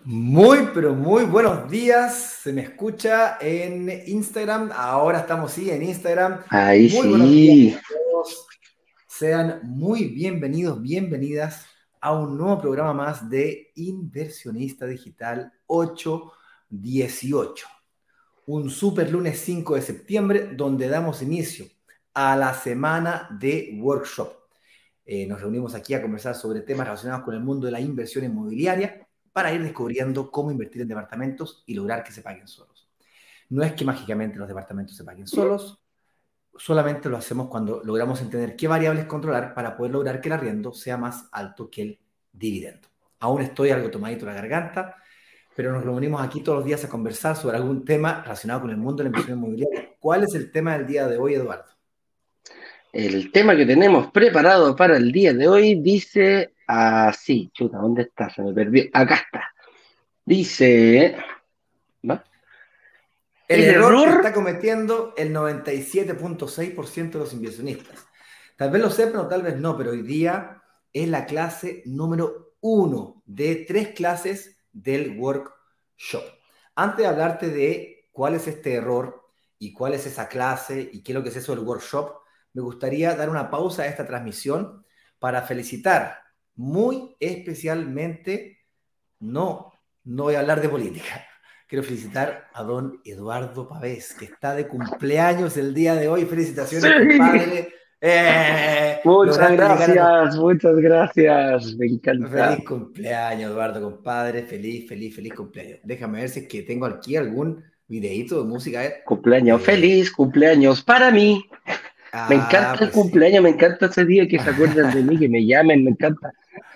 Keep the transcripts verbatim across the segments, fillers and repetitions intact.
Muy, pero muy buenos días. Se me escucha en Instagram. Ahora estamos, sí, en Instagram. Ahí Muy buenos días sí. a todos. Sean muy bienvenidos, bienvenidas a un nuevo programa más de Inversionista Digital ocho dieciocho. Un super lunes cinco de septiembre donde damos inicio a la semana de workshop. Eh, nos reunimos aquí a conversar sobre temas relacionados con el mundo de la inversión inmobiliaria para ir descubriendo cómo invertir en departamentos y lograr que se paguen solos. No es que mágicamente los departamentos se paguen solos, solamente lo hacemos cuando logramos entender qué variables controlar para poder lograr que el arriendo sea más alto que el dividendo. Aún estoy algo tomadito la garganta, pero nos reunimos aquí todos los días a conversar sobre algún tema relacionado con el mundo de la inversión inmobiliaria. ¿Cuál es el tema del día de hoy, Eduardo? El tema que tenemos preparado para el día de hoy dice así. Chuta, ¿dónde está? Se me perdió. Acá está. Dice, ¿va? El El error que error. está cometiendo el noventa y siete punto seis por ciento de los inversionistas. Tal vez lo sepan o tal vez no, pero hoy día es la clase número uno de tres clases del workshop. Antes de hablarte de cuál es este error y cuál es esa clase y qué es lo que es eso del workshop, me gustaría dar una pausa a esta transmisión para felicitar muy especialmente, no, no voy a hablar de política. Quiero felicitar a don Eduardo Pavés, que está de cumpleaños el día de hoy. Felicitaciones, Sí. compadre. ¡Eh! Muchas Lograste llegar a tu... gracias, muchas gracias. Me encanta. Feliz cumpleaños, Eduardo, compadre. Feliz, feliz, feliz cumpleaños. Déjame ver si es que tengo aquí algún videíto de música. Cumpleaños Eh, feliz, cumpleaños para mí. Me ah, encanta el pues sí. cumpleaños, me encanta ese día que se acuerdan de mí, que me llamen, me encanta.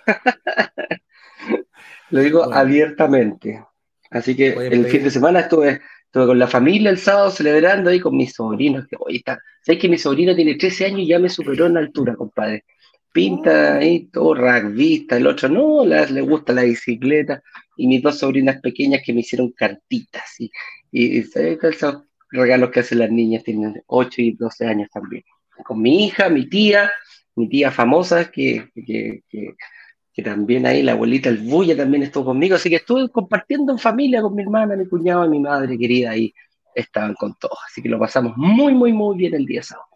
Lo digo Bueno, abiertamente. Así que pueden el fin de pedir... semana estuve, estuve con la familia el sábado celebrando ahí con mis sobrinos. Que hoy está. ¿Sabes que mi sobrino tiene trece años y ya me superó en altura, compadre? Pinta Uh, ahí todo rugbyista, el otro no, las- le gusta la bicicleta. Y mis dos sobrinas pequeñas que me hicieron cartitas. Y, y, y ¿sabes cuáles son los regalos que hacen las niñas? Tienen ocho y doce años también. Con mi hija, mi tía, mi tía famosa que, que, que que también ahí la abuelita, el Bulla también estuvo conmigo, así que estuve compartiendo en familia con mi hermana, mi cuñado y mi madre querida, ahí estaban con todos, así que lo pasamos muy, muy, muy bien el día sábado.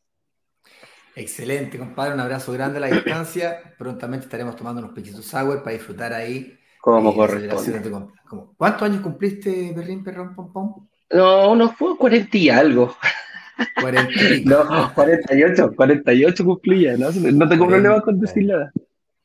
excelente, compadre. Un abrazo grande a la distancia. Prontamente estaremos tomando unos pechitos sour para disfrutar ahí Como eh, la celebración corresponde. de tu cumpleaños. ¿Cuántos años cumpliste, Berrín, Perrón, Pom Pom? No, unos fue cuarenta y algo. Cuarenta y pico. No, cuarenta y ocho, cuarenta y ocho cumplí ya, ¿no? No tengo problema con Cuarenta, decir nada.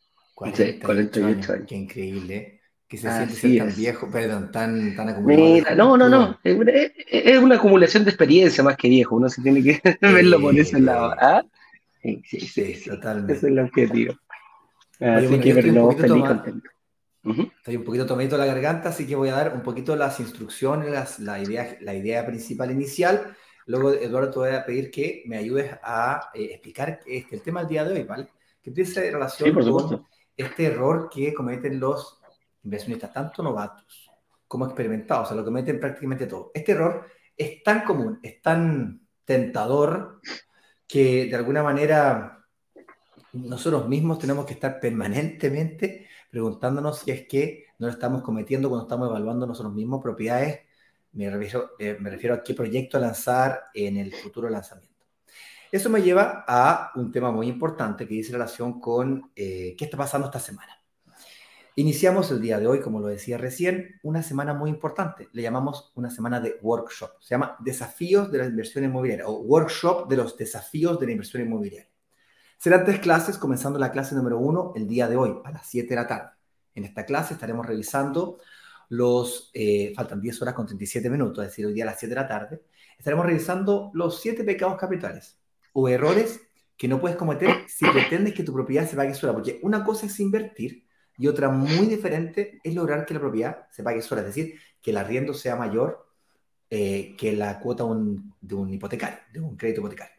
Sí, cuarenta y cuarenta ocho y años. ocho años. Qué increíble. ¿Eh? Que se siente ser Así tan es. viejo, perdón, tan, tan acumulador de Mira, no, no, no, juventud. es una, es- es una acumulación de experiencia más que viejo, uno se tiene que verlo por ese lado. Eh, ¿Ah? Sí, sí, sí, sí, sí, ese es el totalmente. objetivo. Oye, Así bueno, que, yo pero estoy un no, poquito feliz, toma, contento. Ujú. estoy un poquito tomadito la garganta, así que voy a dar un poquito las instrucciones, las- la idea, la idea principal inicial. Luego, Eduardo, te voy a pedir que me ayudes a eh, explicar este, el tema del día de hoy, ¿vale? Que empieza en Sí, relación por con supuesto. este error que cometen los inversionistas, tanto novatos como experimentados, o sea, lo cometen prácticamente todos. Este error es tan común, es tan tentador, que de alguna manera nosotros mismos tenemos que estar permanentemente preguntándonos si es que no lo estamos cometiendo cuando estamos evaluando nosotros mismos propiedades. Me refiero, eh, me refiero a qué proyecto lanzar en el futuro lanzamiento. Eso me lleva a un tema muy importante que dice relación con eh, qué está pasando esta semana. Iniciamos el día de hoy, como lo decía recién, una semana muy importante. Le llamamos una semana de workshop. Se llama Desafíos de la Inversión Inmobiliaria o Workshop de los Desafíos de la Inversión Inmobiliaria. Serán tres clases, comenzando la clase número uno el día de hoy, a las siete de la tarde. En esta clase estaremos revisando los, eh, faltan diez horas con treinta y siete minutos, es decir, hoy día a las siete de la tarde, estaremos revisando los siete pecados capitales o errores que no puedes cometer si pretendes que tu propiedad se pague sola, porque una cosa es invertir y otra muy diferente es lograr que la propiedad se pague sola, es decir, que el arriendo sea mayor eh, que la cuota un, de un hipotecario, de un crédito hipotecario.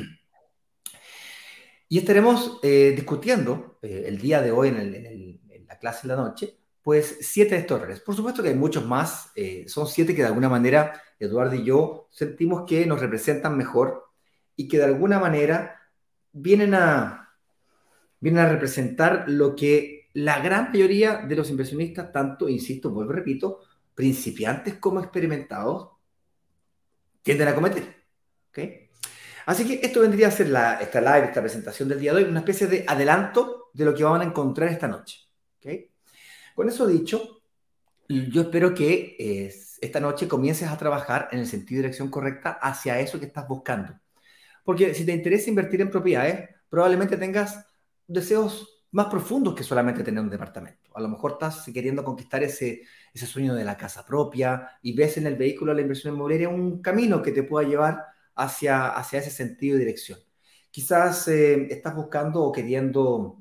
Y estaremos eh, discutiendo eh, el día de hoy en, el- en el- en la clase de la noche, pues siete de estos errores. Por supuesto que hay muchos más, eh, son siete que de alguna manera Eduardo y yo sentimos que nos representan mejor y que de alguna manera vienen a, vienen a representar lo que la gran mayoría de los inversionistas, tanto, insisto, vuelvo y repito, principiantes como experimentados, tienden a cometer. ¿Okay? Así que esto vendría a ser la, esta live, esta presentación del día de hoy, una especie de adelanto de lo que van a encontrar esta noche. ¿Okay? Con eso dicho, yo espero que eh, esta noche comiences a trabajar en el sentido y dirección correcta hacia eso que estás buscando. Porque si te interesa invertir en propiedades, probablemente tengas deseos más profundos que solamente tener un departamento. A lo mejor estás queriendo conquistar ese, ese sueño de la casa propia y ves en el vehículo de la inversión inmobiliaria un camino que te pueda llevar hacia, hacia ese sentido y dirección. Quizás eh, estás buscando o queriendo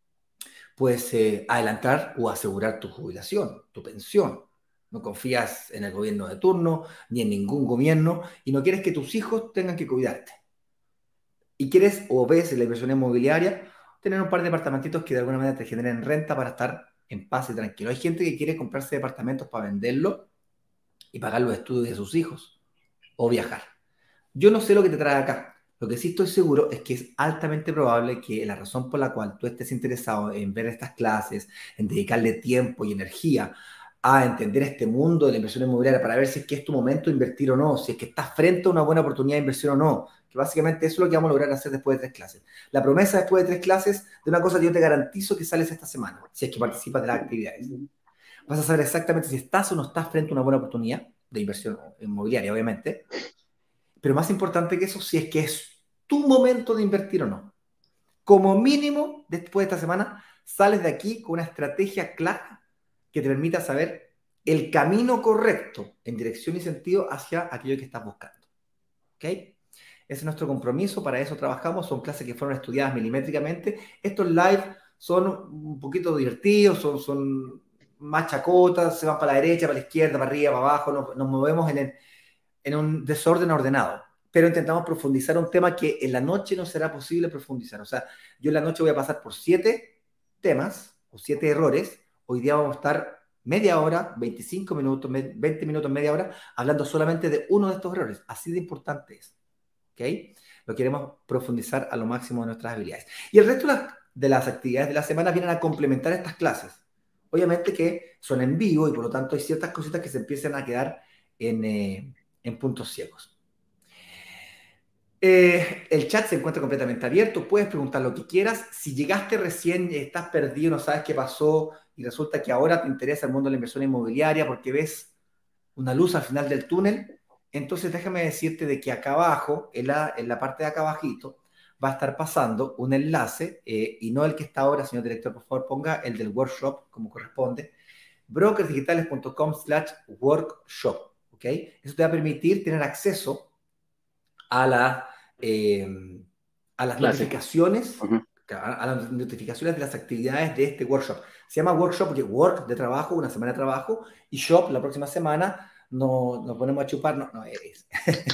pues eh, adelantar o asegurar tu jubilación, tu pensión. No confías en el gobierno de turno ni en ningún gobierno y no quieres que tus hijos tengan que cuidarte. Y quieres o ves en la inversión inmobiliaria tener un par de departamentitos que de alguna manera te generen renta para estar en paz y tranquilo. Hay gente que quiere comprarse departamentos para venderlo y pagar los estudios de sus hijos o viajar. Yo no sé lo que te trae acá. Lo que sí estoy seguro es que es altamente probable que la razón por la cual tú estés interesado en ver estas clases, en dedicarle tiempo y energía a entender este mundo de la inversión inmobiliaria para ver si es que es tu momento de invertir o no, si es que estás frente a una buena oportunidad de inversión o no, que básicamente eso es lo que vamos a lograr hacer después de tres clases. La promesa después de tres clases de una cosa que yo te garantizo que sales esta semana, si es que participas de las actividades. Vas a saber exactamente si estás o no estás frente a una buena oportunidad de inversión inmobiliaria, obviamente, pero más importante que eso, si es que es tu momento de invertir o no. Como mínimo, después de esta semana, sales de aquí con una estrategia clara que te permita saber el camino correcto en dirección y sentido hacia aquello que estás buscando. ¿Ok? Ese es nuestro compromiso, para eso trabajamos, son clases que fueron estudiadas milimétricamente. Estos live son un poquito divertidos, son, son más chacotas, se van para la derecha, para la izquierda, para arriba, para abajo, nos, nos movemos en, el, en un desorden ordenado, pero intentamos profundizar un tema que en la noche no será posible profundizar. O sea, yo en la noche voy a pasar por siete temas o siete errores. Hoy día vamos a estar media hora, veinticinco minutos, veinte minutos, media hora, hablando solamente de uno de estos errores. Así de importante es. ¿Ok? Lo queremos profundizar a lo máximo de nuestras habilidades. Y el resto de las, de las actividades de la semana vienen a complementar estas clases. Obviamente que son en vivo y por lo tanto hay ciertas cositas que se empiezan a quedar en, eh, en puntos ciegos. Eh, el chat se encuentra completamente abierto, puedes preguntar lo que quieras. Si llegaste recién y estás perdido, no sabes qué pasó y resulta que ahora te interesa el mundo de la inversión inmobiliaria porque ves una luz al final del túnel, entonces déjame decirte de que acá abajo, en la, en la parte de acá abajito, va a estar pasando un enlace, eh, y no el que está ahora, señor director, por favor ponga el del workshop como corresponde, brokersdigitales.com slash workshop, ¿ok? Eso te va a permitir tener acceso a, la, eh, a las Clase. notificaciones, Uh-huh. a las notificaciones de las actividades de este workshop. Se llama workshop porque work de trabajo, una semana de trabajo, y shop la próxima semana no, nos ponemos a chupar, no, no es,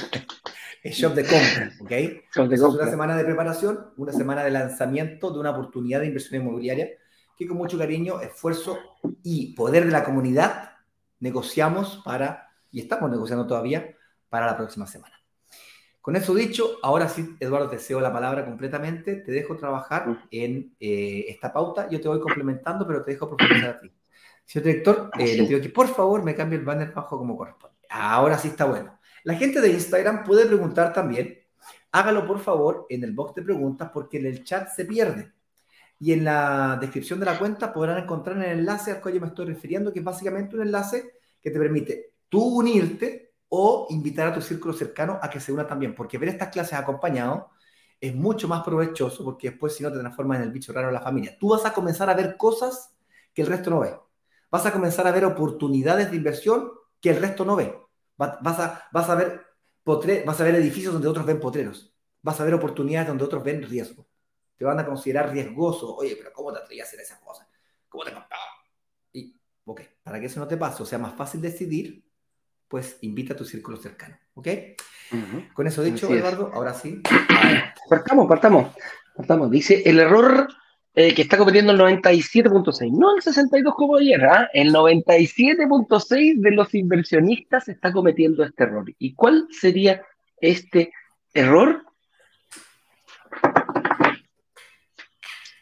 es shop de compra, ¿ok? Shop de Entonces compra. es una semana de preparación, una semana de lanzamiento de una oportunidad de inversión inmobiliaria que con mucho cariño, esfuerzo y poder de la comunidad negociamos para, y estamos negociando todavía, para la próxima semana. Con eso dicho, ahora sí, Eduardo, te cedo la palabra completamente, te dejo trabajar en eh, esta pauta, yo te voy complementando, pero te dejo profundizar a ti. Señor director, eh, le pido que por favor me cambie el banner bajo como corresponde. Ahora sí está bueno. La gente de Instagram puede preguntar también, hágalo por favor en el box de preguntas porque en el chat se pierde. Y en la descripción de la cuenta podrán encontrar el enlace al cual yo me estoy refiriendo, que es básicamente un enlace que te permite tú unirte o invitar a tu círculo cercano a que se una también, porque ver estas clases acompañado es mucho más provechoso, porque después si no te transformas en el bicho raro de la familia. Tú vas a comenzar a ver cosas que el resto no ve. Vas a comenzar a ver oportunidades de inversión que el resto no ve. Vas a, vas a, ver, potre, vas a ver edificios donde otros ven potreros. Vas a ver oportunidades donde otros ven riesgo. Te van a considerar riesgoso. Oye, pero ¿cómo te atrevías a hacer esas cosas? ¿Cómo te contaba? Y, ok, para que eso no te pase, o sea, más fácil decidir, pues invita a tu círculo cercano, ¿ok? Uh-huh. Con eso dicho, Así Eduardo, es. Ahora sí. Partamos, partamos, partamos. Dice, el error eh, que está cometiendo el noventa y siete punto seis, no el sesenta y dos como ayer, ¿eh? El noventa y siete punto seis de los inversionistas está cometiendo este error. ¿Y cuál sería este error?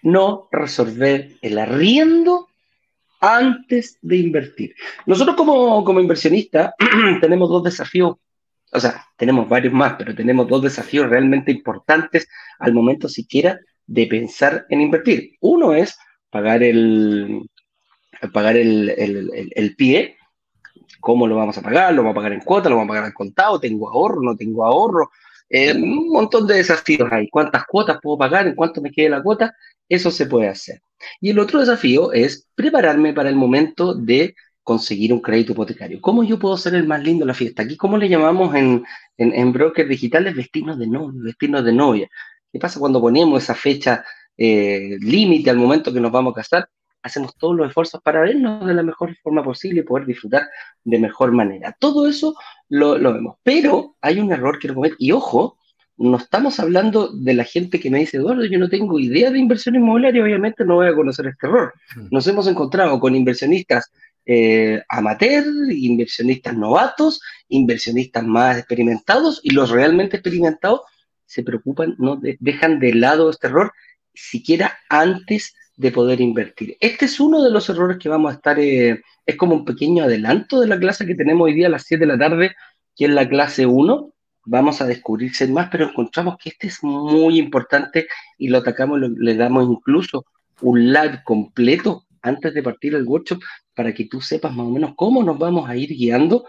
no resolver el arriendo antes de invertir. Nosotros como, como inversionistas tenemos dos desafíos, o sea, tenemos varios más, pero tenemos dos desafíos realmente importantes al momento siquiera de pensar en invertir. Uno es pagar el, pagar el, el, el, el pie. ¿Cómo lo vamos a pagar? ¿Lo vamos a pagar en cuota? ¿Lo vamos a pagar al contado? ¿Tengo ahorro? ¿No tengo ahorro? Eh, un montón de desafíos hay. ¿Cuántas cuotas puedo pagar? ¿En cuánto me quede la cuota? Eso se puede hacer. Y el otro desafío es prepararme para el momento de conseguir un crédito hipotecario. ¿Cómo yo puedo ser el más lindo de la fiesta? Aquí, ¿cómo le llamamos en, en, en brokers digitales? Vestirnos de novio, vestirnos de novia. ¿Qué pasa cuando ponemos esa fecha eh, límite al momento que nos vamos a casar? Hacemos todos los esfuerzos para vernos de la mejor forma posible y poder disfrutar de mejor manera. Todo eso lo, lo vemos. Pero hay un error que no cometer. Y ojo, no estamos hablando de la gente que me dice, Eduardo, yo no tengo idea de inversión inmobiliaria, obviamente no voy a conocer este error. Nos hemos encontrado con inversionistas eh, amateur, inversionistas novatos, inversionistas más experimentados, y los realmente experimentados se preocupan, no de, dejan de lado este error siquiera antes de poder invertir. Este es uno de los errores que vamos a estar, eh, es como un pequeño adelanto de la clase que tenemos hoy día a las siete de la tarde, que es la clase uno. Vamos a descubrirse más, pero encontramos que este es muy importante y lo atacamos, lo, le damos incluso un live completo antes de partir el workshop para que tú sepas más o menos cómo nos vamos a ir guiando.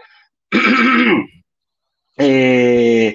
eh,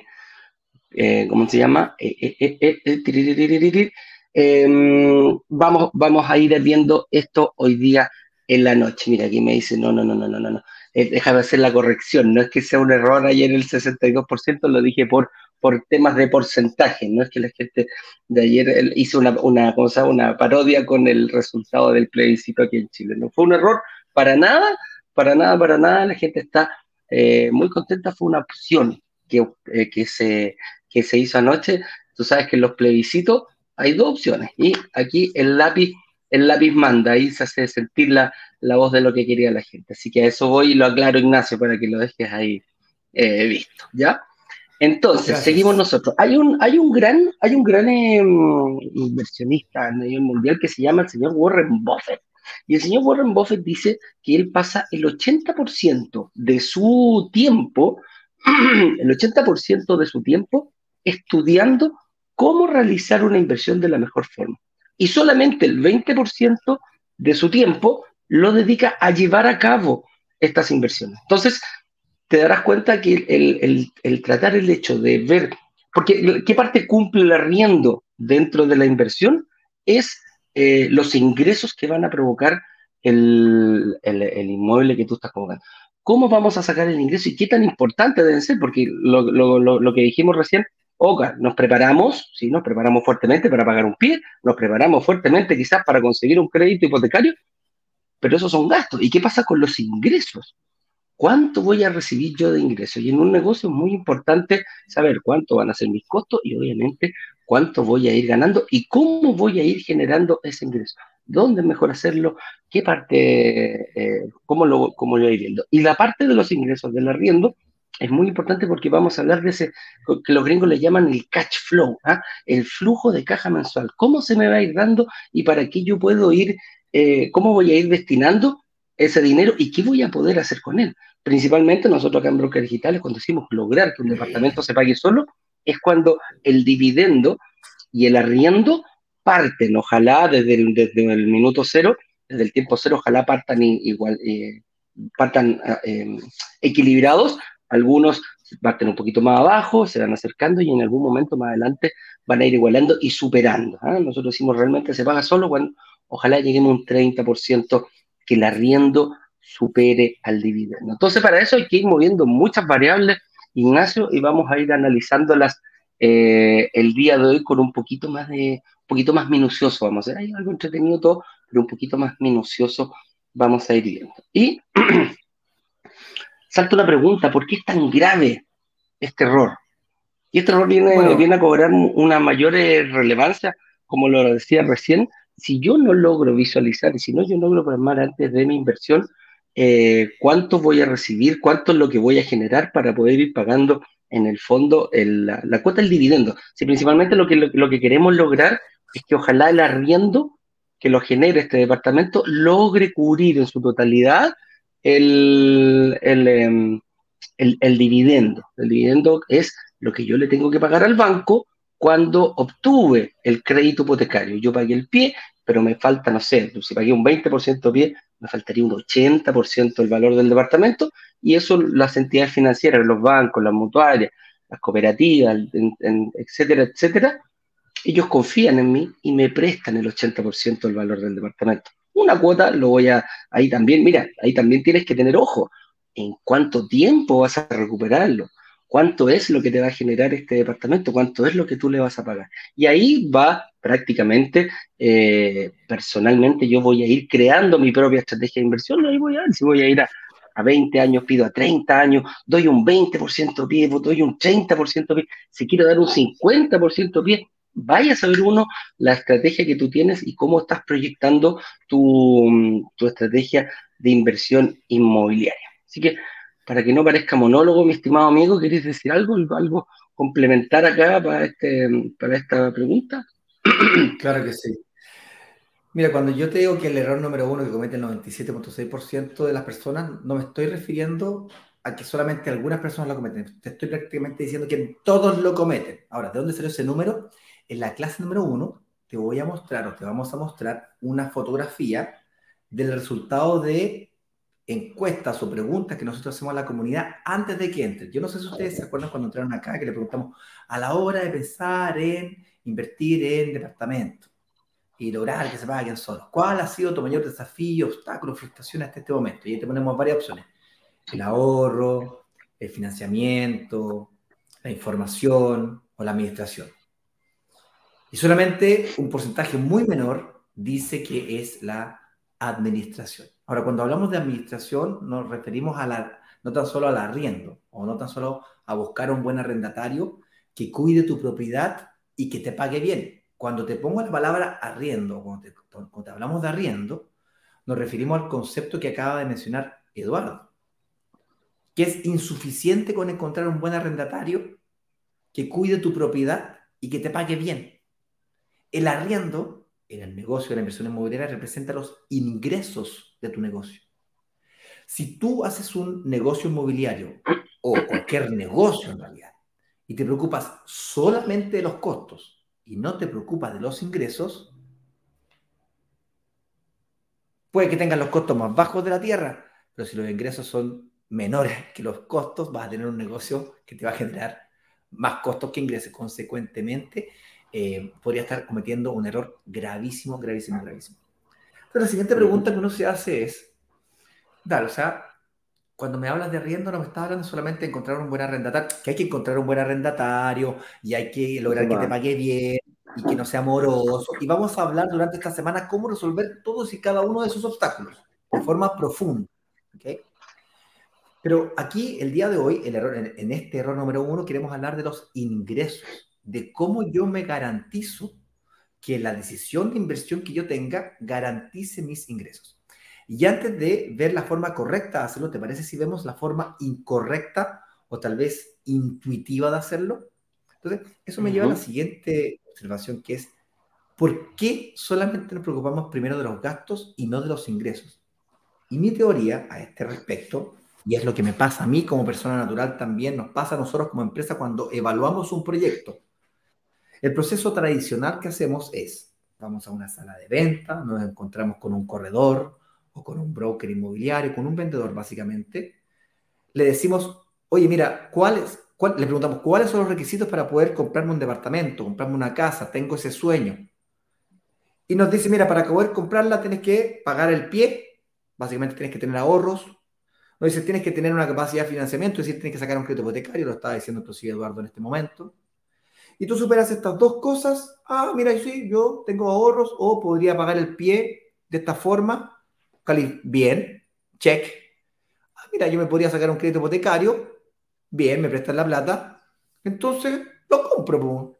eh, ¿Cómo se llama? Eh, eh, eh, eh, eh, vamos, vamos a ir viendo esto hoy día en la noche. Mira, aquí me dice, no, no, no, no, no, no, no. Eh, déjame hacer la corrección, no es que sea un error ayer el sesenta y dos por ciento, lo dije por, por temas de porcentaje, no es que la gente de ayer hizo una, una, ¿cómo se llama? Una parodia con el resultado del plebiscito aquí en Chile. No fue un error para nada, para nada, para nada, la gente está eh, muy contenta, fue una opción que, eh, que, se, que se hizo anoche. Tú sabes que en los plebiscitos hay dos opciones y aquí el lápiz, el lápiz manda, ahí se hace sentir la, la voz de lo que quería la gente. Así que a eso voy y lo aclaro, Ignacio, para que lo dejes ahí eh, visto, ¿ya? Entonces, Gracias. Seguimos nosotros. Hay un, hay un gran, hay un gran eh, inversionista a nivel mundial que se llama el señor Warren Buffett. Y el señor Warren Buffett dice que él pasa el ochenta por ciento de su tiempo, el ochenta por ciento de su tiempo estudiando cómo realizar una inversión de la mejor forma. Y solamente el veinte por ciento de su tiempo lo dedica a llevar a cabo estas inversiones. Entonces, te darás cuenta que el, el, el tratar el hecho de ver, porque ¿qué parte cumple el arriendo dentro de la inversión? Es eh, los ingresos que van a provocar el, el, el inmueble que tú estás colocando. ¿Cómo vamos a sacar el ingreso y qué tan importante deben ser? Porque lo, lo, lo, lo que dijimos recién, oca, nos preparamos, ¿sí? Nos preparamos fuertemente para pagar un pie, nos preparamos fuertemente quizás para conseguir un crédito hipotecario, pero esos son gastos. ¿Y qué pasa con los ingresos? ¿Cuánto voy a recibir yo de ingresos? Y en un negocio es muy importante saber cuánto van a ser mis costos y obviamente cuánto voy a ir ganando y cómo voy a ir generando ese ingreso. ¿Dónde es mejor hacerlo? ¿Qué parte? Eh, ¿Cómo lo, cómo lo voy viendo? Y la parte de los ingresos del arriendo es muy importante porque vamos a hablar de ese, que los gringos le llaman el cash flow, ¿ah? El flujo de caja mensual. ¿Cómo se me va a ir dando y para qué yo puedo ir, eh, cómo voy a ir destinando ese dinero y qué voy a poder hacer con él? Principalmente nosotros acá en Brokers Digitales, cuando decimos lograr que un departamento se pague solo, es cuando el dividendo y el arriendo parten, ojalá desde el, desde el minuto cero, desde el tiempo cero, ojalá partan igual, eh, partan eh, equilibrados. Algunos parten un poquito más abajo, se van acercando y en algún momento más adelante van a ir igualando y superando. ¿eh? Nosotros decimos realmente se paga solo cuando ojalá lleguemos a un treinta por ciento que el arriendo supere al dividendo. Entonces, para eso hay que ir moviendo muchas variables, Ignacio, y vamos a ir analizándolas eh, el día de hoy con un poquito más de, un poquito más minucioso, vamos a ver, hay algo entretenido todo, pero un poquito más minucioso vamos a ir viendo. Y salta una pregunta, ¿por qué es tan grave este error? Y este error viene, bueno, viene a cobrar una mayor relevancia, como lo decía recién, si yo no logro visualizar y si no yo logro plasmar antes de mi inversión eh, cuánto voy a recibir, cuánto es lo que voy a generar para poder ir pagando en el fondo el, la, la cuota del dividendo. Si principalmente lo que, lo, lo que queremos lograr es que ojalá el arriendo que lo genere este departamento logre cubrir en su totalidad el, el, em, el, el dividendo. El dividendo es lo que yo le tengo que pagar al banco cuando obtuve el crédito hipotecario. Yo pagué el pie, pero me falta, no sé, si pagué un veinte por ciento pie, me faltaría un ochenta por ciento del valor del departamento, y eso las entidades financieras, los bancos, las mutuarias, las cooperativas, en, en, etcétera, etcétera, ellos confían en mí y me prestan el ochenta por ciento del valor del departamento. Una cuota lo voy a, ahí también, mira, ahí también tienes que tener ojo, en cuánto tiempo vas a recuperarlo, cuánto es lo que te va a generar este departamento, cuánto es lo que tú le vas a pagar. Y ahí va prácticamente, eh, personalmente yo voy a ir creando mi propia estrategia de inversión, ahí voy a ver si voy a ir a, a veinte años, pido a treinta años, doy un veinte por ciento pie, doy un treinta por ciento pie, si quiero dar un cincuenta por ciento pie, vaya a saber uno la estrategia que tú tienes y cómo estás proyectando tu, tu estrategia de inversión inmobiliaria. Así que, para que no parezca monólogo, mi estimado amigo, ¿querés decir algo, algo complementar acá para, este, para esta pregunta? Claro que sí. Mira, cuando yo te digo que el error número uno que comete el noventa y siete punto seis por ciento de las personas, no me estoy refiriendo a que solamente algunas personas lo cometen. Te estoy prácticamente diciendo que todos lo cometen. Ahora, ¿de dónde salió ese número? En la clase número uno te voy a mostrar o te vamos a mostrar una fotografía del resultado de encuestas o preguntas que nosotros hacemos a la comunidad antes de que entren. Yo no sé si ustedes se acuerdan cuando entraron acá que le preguntamos a la hora de pensar en invertir en departamentos y lograr que se paguen solos. ¿Cuál ha sido tu mayor desafío, obstáculo, frustración hasta este momento? Y ahí te ponemos varias opciones. El ahorro, el financiamiento, la información o la administración. Y solamente un porcentaje muy menor dice que es la administración. Ahora, cuando hablamos de administración, nos referimos a la, no tan solo al arriendo, o no tan solo a buscar un buen arrendatario que cuide tu propiedad y que te pague bien. Cuando te pongo la palabra arriendo, cuando te, cuando te hablamos de arriendo, nos referimos al concepto que acaba de mencionar Eduardo, que es insuficiente con encontrar un buen arrendatario que cuide tu propiedad y que te pague bien. El arriendo en el negocio de la inversión inmobiliaria representa los ingresos de tu negocio. Si tú haces un negocio inmobiliario o cualquier negocio en realidad y te preocupas solamente de los costos y no te preocupas de los ingresos, puede que tengas los costos más bajos de la tierra, pero si los ingresos son menores que los costos, vas a tener un negocio que te va a generar más costos que ingresos. Consecuentemente, eh, podría estar cometiendo un error gravísimo, gravísimo, gravísimo. Entonces, la siguiente pregunta que uno se hace es, dale, o sea, cuando me hablas de arriendo no me estás hablando solamente de encontrar un buen arrendatario, que hay que encontrar un buen arrendatario y hay que lograr que te pague bien y que no sea moroso. Y vamos a hablar durante esta semana cómo resolver todos y cada uno de esos obstáculos de forma profunda. ¿Okay? Pero aquí, el día de hoy, el error, en, en este error número uno, queremos hablar de los ingresos, de cómo yo me garantizo que la decisión de inversión que yo tenga garantice mis ingresos. Y antes de ver la forma correcta de hacerlo, ¿te parece si vemos la forma incorrecta o tal vez intuitiva de hacerlo? Entonces, eso me lleva a la siguiente observación, que es, ¿por qué solamente nos preocupamos primero de los gastos y no de los ingresos? Y mi teoría a este respecto, y es lo que me pasa a mí como persona natural también, nos pasa a nosotros como empresa cuando evaluamos un proyecto. El proceso tradicional que hacemos es, vamos a una sala de venta, nos encontramos con un corredor o con un broker inmobiliario, con un vendedor básicamente, le decimos, oye, mira, ¿cuáles? Cuál? Le preguntamos, ¿cuáles son los requisitos para poder comprarme un departamento, comprarme una casa? Tengo ese sueño. Y nos dice, mira, para poder comprarla tienes que pagar el pie, básicamente tienes que tener ahorros. Nos dice, tienes que tener una capacidad de financiamiento, es decir, tienes que sacar un crédito hipotecario, lo estaba diciendo inclusive Eduardo en este momento. Y tú superas estas dos cosas, ah, mira, sí, yo tengo ahorros o podría pagar el pie de esta forma, Cali, bien, check. Ah, mira, yo me podría sacar un crédito hipotecario, bien, me prestan la plata, entonces lo compro, po.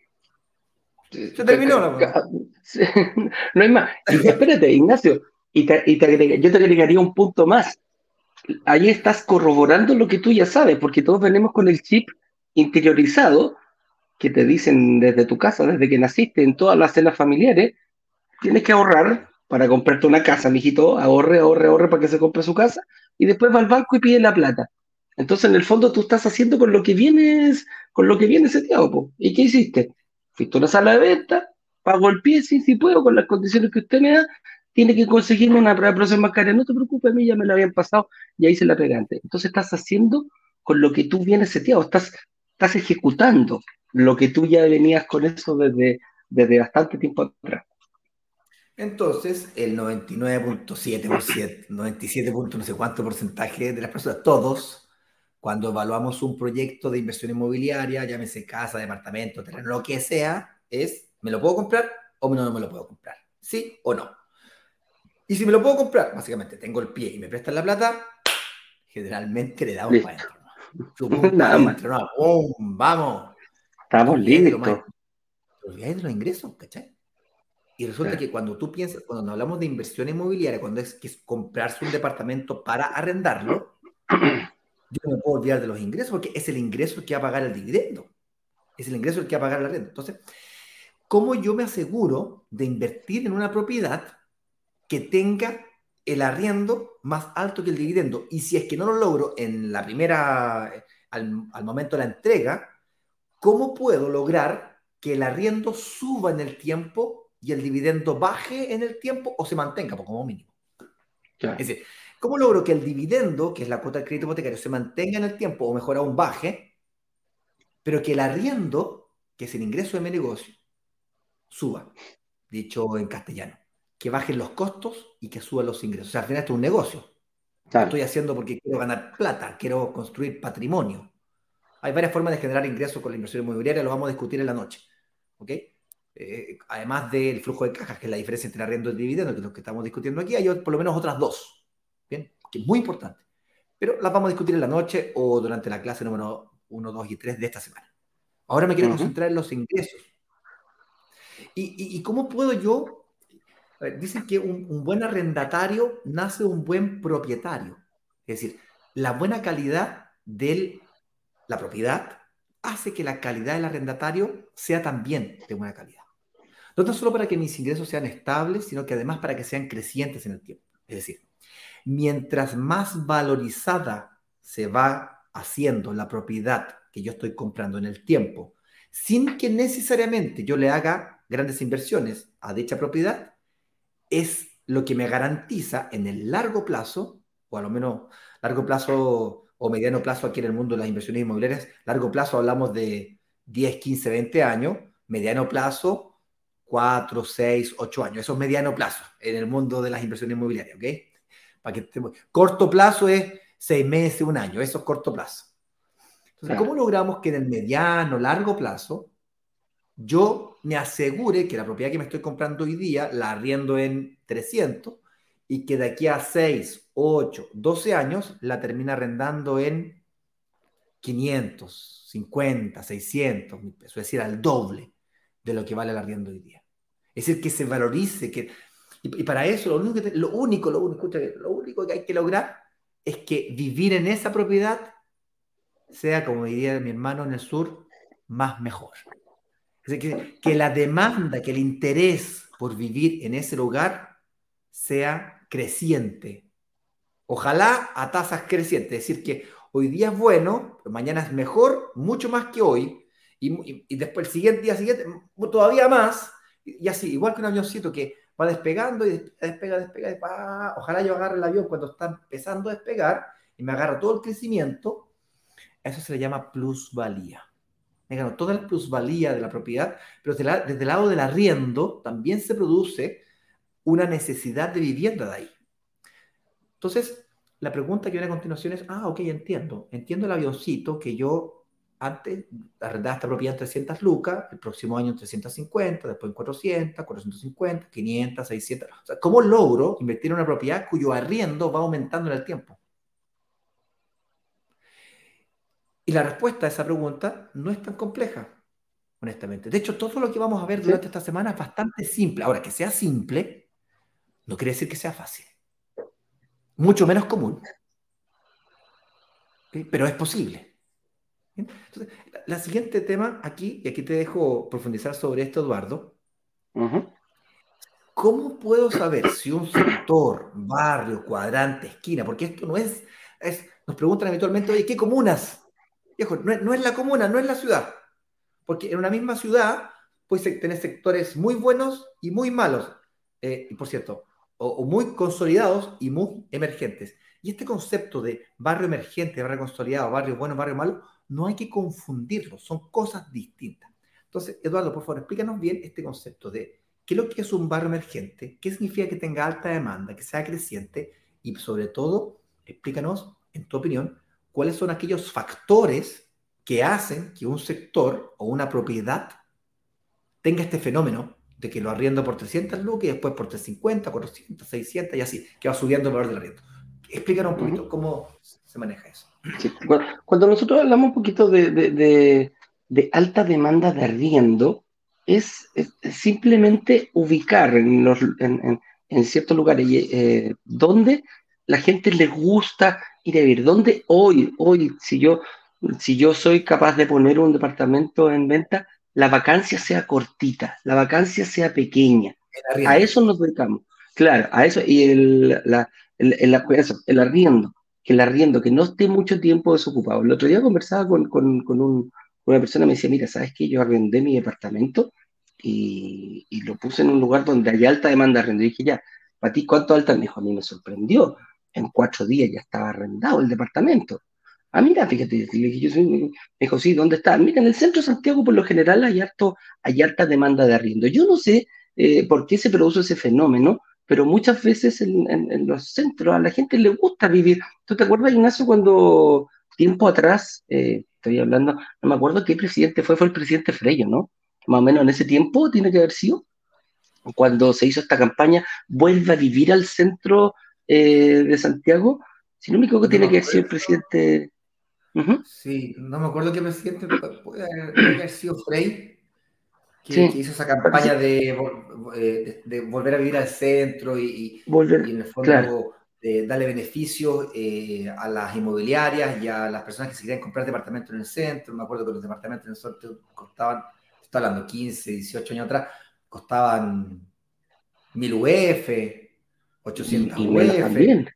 Se terminó la cosa. No hay más. Y espérate, Ignacio, y te, y te agrega, yo te agregaría un punto más. Ahí estás corroborando lo que tú ya sabes, porque todos venimos con el chip interiorizado que te dicen desde tu casa, desde que naciste, en todas las cenas familiares, tienes que ahorrar para comprarte una casa, mijito, ahorre, ahorre, ahorre para que se compre su casa, y después va al banco y pide la plata. Entonces, en el fondo, tú estás haciendo con lo que vienes, con lo que viene seteado, po. ¿Y qué hiciste? Fuiste a una sala de venta, pago el pie, sí, sí puedo, con las condiciones que usted me da, tiene que conseguirme una prueba de próxima bancaria, no te preocupes, a mí ya me la habían pasado, y ahí se la pegaste. Entonces, estás haciendo con lo que tú vienes seteado, estás, estás ejecutando lo que tú ya venías con eso desde, desde bastante tiempo atrás. Entonces, el noventa y nueve punto siete por ciento, noventa y siete punto no sé cuánto porcentaje de las personas, todos, cuando evaluamos un proyecto de inversión inmobiliaria, llámese casa, departamento, terreno, lo que sea, es, ¿me lo puedo comprar o no me lo puedo comprar? ¿Sí o no? Y si me lo puedo comprar, básicamente tengo el pie y me prestan la plata, generalmente le damos para Listo. adentro, ¿no? Chupum para Nada más. adentro, ¿no? ¡Pum! ¡Vamos! Te Estamos olvidáis de lo más, listos. te olvidáis de los ingresos, ¿cachai? Y resulta Claro. que cuando tú piensas, cuando no hablamos de inversión inmobiliaria, cuando es que es comprarse un departamento para arrendarlo, yo no me puedo olvidar de los ingresos porque es el ingreso el que va a pagar el dividendo, es el ingreso el que va a pagar la renta. Entonces, ¿cómo yo me aseguro de invertir en una propiedad que tenga el arriendo más alto que el dividendo? Y si es que no lo logro en la primera, al, al momento de la entrega, ¿cómo puedo lograr que el arriendo suba en el tiempo y el dividendo baje en el tiempo o se mantenga, pues, como mínimo? Es Claro. decir, ¿cómo logro que el dividendo, que es la cuota del crédito hipotecario, se mantenga en el tiempo o mejor aún baje, pero que el arriendo, que es el ingreso de mi negocio, suba? Dicho en castellano, que bajen los costos y que suban los ingresos. O sea, al final esto es un negocio. Lo Claro. estoy haciendo porque quiero ganar plata, quiero construir patrimonio. Hay varias formas de generar ingresos con la inversión inmobiliaria, lo vamos a discutir en la noche. ¿Ok? Eh, además del flujo de cajas, que es la diferencia entre arriendo y dividendo, que es lo que estamos discutiendo aquí, hay por lo menos otras dos. ¿Bien? Que es muy importante. Pero las vamos a discutir en la noche o durante la clase número uno, dos y tres de esta semana. Ahora me quiero Ujú. concentrar en los ingresos. ¿Y, y, y cómo puedo yo? A ver, dicen que un, un buen arrendatario nace un buen propietario. Es decir, la buena calidad de la propiedad hace que la calidad del arrendatario sea también de buena calidad. No tan solo para que mis ingresos sean estables, sino que además para que sean crecientes en el tiempo. Es decir, mientras más valorizada se va haciendo la propiedad que yo estoy comprando en el tiempo, sin que necesariamente yo le haga grandes inversiones a dicha propiedad, es lo que me garantiza en el largo plazo, o a lo menos largo plazo o mediano plazo aquí en el mundo de las inversiones inmobiliarias. Largo plazo hablamos de diez, quince, veinte años, mediano plazo cuatro, seis, ocho años. Eso es mediano plazo en el mundo de las inversiones inmobiliarias, ¿ok? Para que estemos- Corto plazo es seis meses, un año, eso es corto plazo. Entonces, ¿cómo Claro. logramos que en el mediano, largo plazo yo me asegure que la propiedad que me estoy comprando hoy día la arriendo en trescientos y que de aquí a seis, ocho, doce años la termine arrendando en quinientos, cincuenta, seiscientos mil pesos, es decir, al doble de lo que vale el arriendo hoy día? Es decir, que se valorice, que... Y, y para eso lo único, que te- lo único, lo único, escucha, lo único que hay que lograr es que vivir en esa propiedad sea, como diría mi hermano en el sur, más mejor. Es decir, que, que la demanda, que el interés por vivir en ese lugar sea creciente. Ojalá a tasas crecientes. Es decir, que hoy día es bueno, pero mañana es mejor, mucho más que hoy. Y, y- y después el siguiente día siguiente, todavía más. Y, y así, igual que un avioncito que va despegando y despega, despega, despega. Ah, ojalá yo agarre el avión cuando está empezando a despegar y me agarra todo el crecimiento. Eso se le llama plusvalía. Me ganó toda la plusvalía de la propiedad, pero desde, la- desde el lado del arriendo también se produce una necesidad de vivienda de ahí. Entonces, la pregunta que viene a continuación es, ah, ok, entiendo. Entiendo el avioncito que yo antes arrendaba esta propiedad en trescientas lucas, el próximo año en trescientos cincuenta, después en cuatrocientos, cuatrocientos cincuenta, quinientos, seiscientos. O sea, ¿cómo logro invertir en una propiedad cuyo arriendo va aumentando en el tiempo? Y la respuesta a esa pregunta no es tan compleja, honestamente. De hecho, todo lo que vamos a ver Sí. durante esta semana es bastante simple. Ahora, que sea simple no quiere decir que sea fácil, mucho menos común, ¿ok? Pero es posible. Entonces, la, la siguiente tema aquí, y aquí te dejo profundizar sobre esto, Eduardo. Ujú, ¿Cómo puedo saber si un sector, barrio, cuadrante, esquina, porque esto no es, es nos preguntan habitualmente, oye, ¿qué comunas? Viejo, no es, no es la comuna, no es la ciudad, porque en una misma ciudad puedes tener sectores muy buenos y muy malos, eh, y por cierto, o, o muy consolidados y muy emergentes. Y este concepto de barrio emergente, barrio consolidado, barrio bueno, barrio malo, no hay que confundirlos, son cosas distintas. Entonces, Eduardo, por favor, explícanos bien este concepto de qué es lo que es un barrio emergente, qué significa que tenga alta demanda, que sea creciente y sobre todo, explícanos, en tu opinión, cuáles son aquellos factores que hacen que un sector o una propiedad tenga este fenómeno de que lo arriendo por trescientas lucas y después por trescientas cincuenta, cuatrocientas, seiscientas y así, que va subiendo el valor del arriendo. Explícanos un ujú. poquito cómo se maneja eso. Sí, cu- Cuando nosotros hablamos un poquito de, de- de- de alta demanda de arriendo, es, es- es simplemente ubicar en, los, en, en- en ciertos lugares y, eh, donde la gente le gusta ir a vivir. Donde hoy, hoy, si yo, si yo soy capaz de poner un departamento en venta, la vacancia sea cortita, la vacancia sea pequeña. El A arriendo. eso nos dedicamos. Claro, a eso y el, la- el, el- eso, el arriendo que el arriendo, que no esté mucho tiempo desocupado. El otro día conversaba con, con, con un, una persona, me decía, mira, ¿sabes qué? Yo arrendé mi departamento y, y lo puse en un lugar donde hay alta demanda de arriendo. Y dije, ya, ¿para ti cuánto alta? Me dijo, a mí me sorprendió. En cuatro días ya estaba arrendado el departamento. Ah, mira, fíjate, le dije, yo soy- me dijo, sí, ¿dónde está? Mira, en el centro de Santiago por lo general hay, harto, hay alta demanda de arriendo. Yo no sé eh, por qué se produce ese fenómeno, pero muchas veces en, en- en los centros a la gente le gusta vivir. ¿Tú te acuerdas, Ignacio, cuando tiempo atrás, eh, estoy hablando, no me acuerdo qué presidente fue, fue el presidente Freire, ¿no? Más o menos en ese tiempo tiene que haber sido, cuando se hizo esta campaña, vuelve a vivir al centro eh, de Santiago. Si no me equivoco, No me tiene que haber sido el acuerdo. presidente. Ujú, Sí, no me acuerdo qué presidente, puede haber- creo que ha sido Frey, que, que sí, hizo esa parece campaña de, vol- eh, de- de volver a vivir al centro y, y- y volver, en el claro, fondo de darle beneficios eh, a las inmobiliarias y a las personas que se querían comprar departamentos en el centro. Me acuerdo que los departamentos en el centro costaban, estoy hablando quince, dieciocho años atrás, costaban mil U F, y, ochocientas y menos UF, también,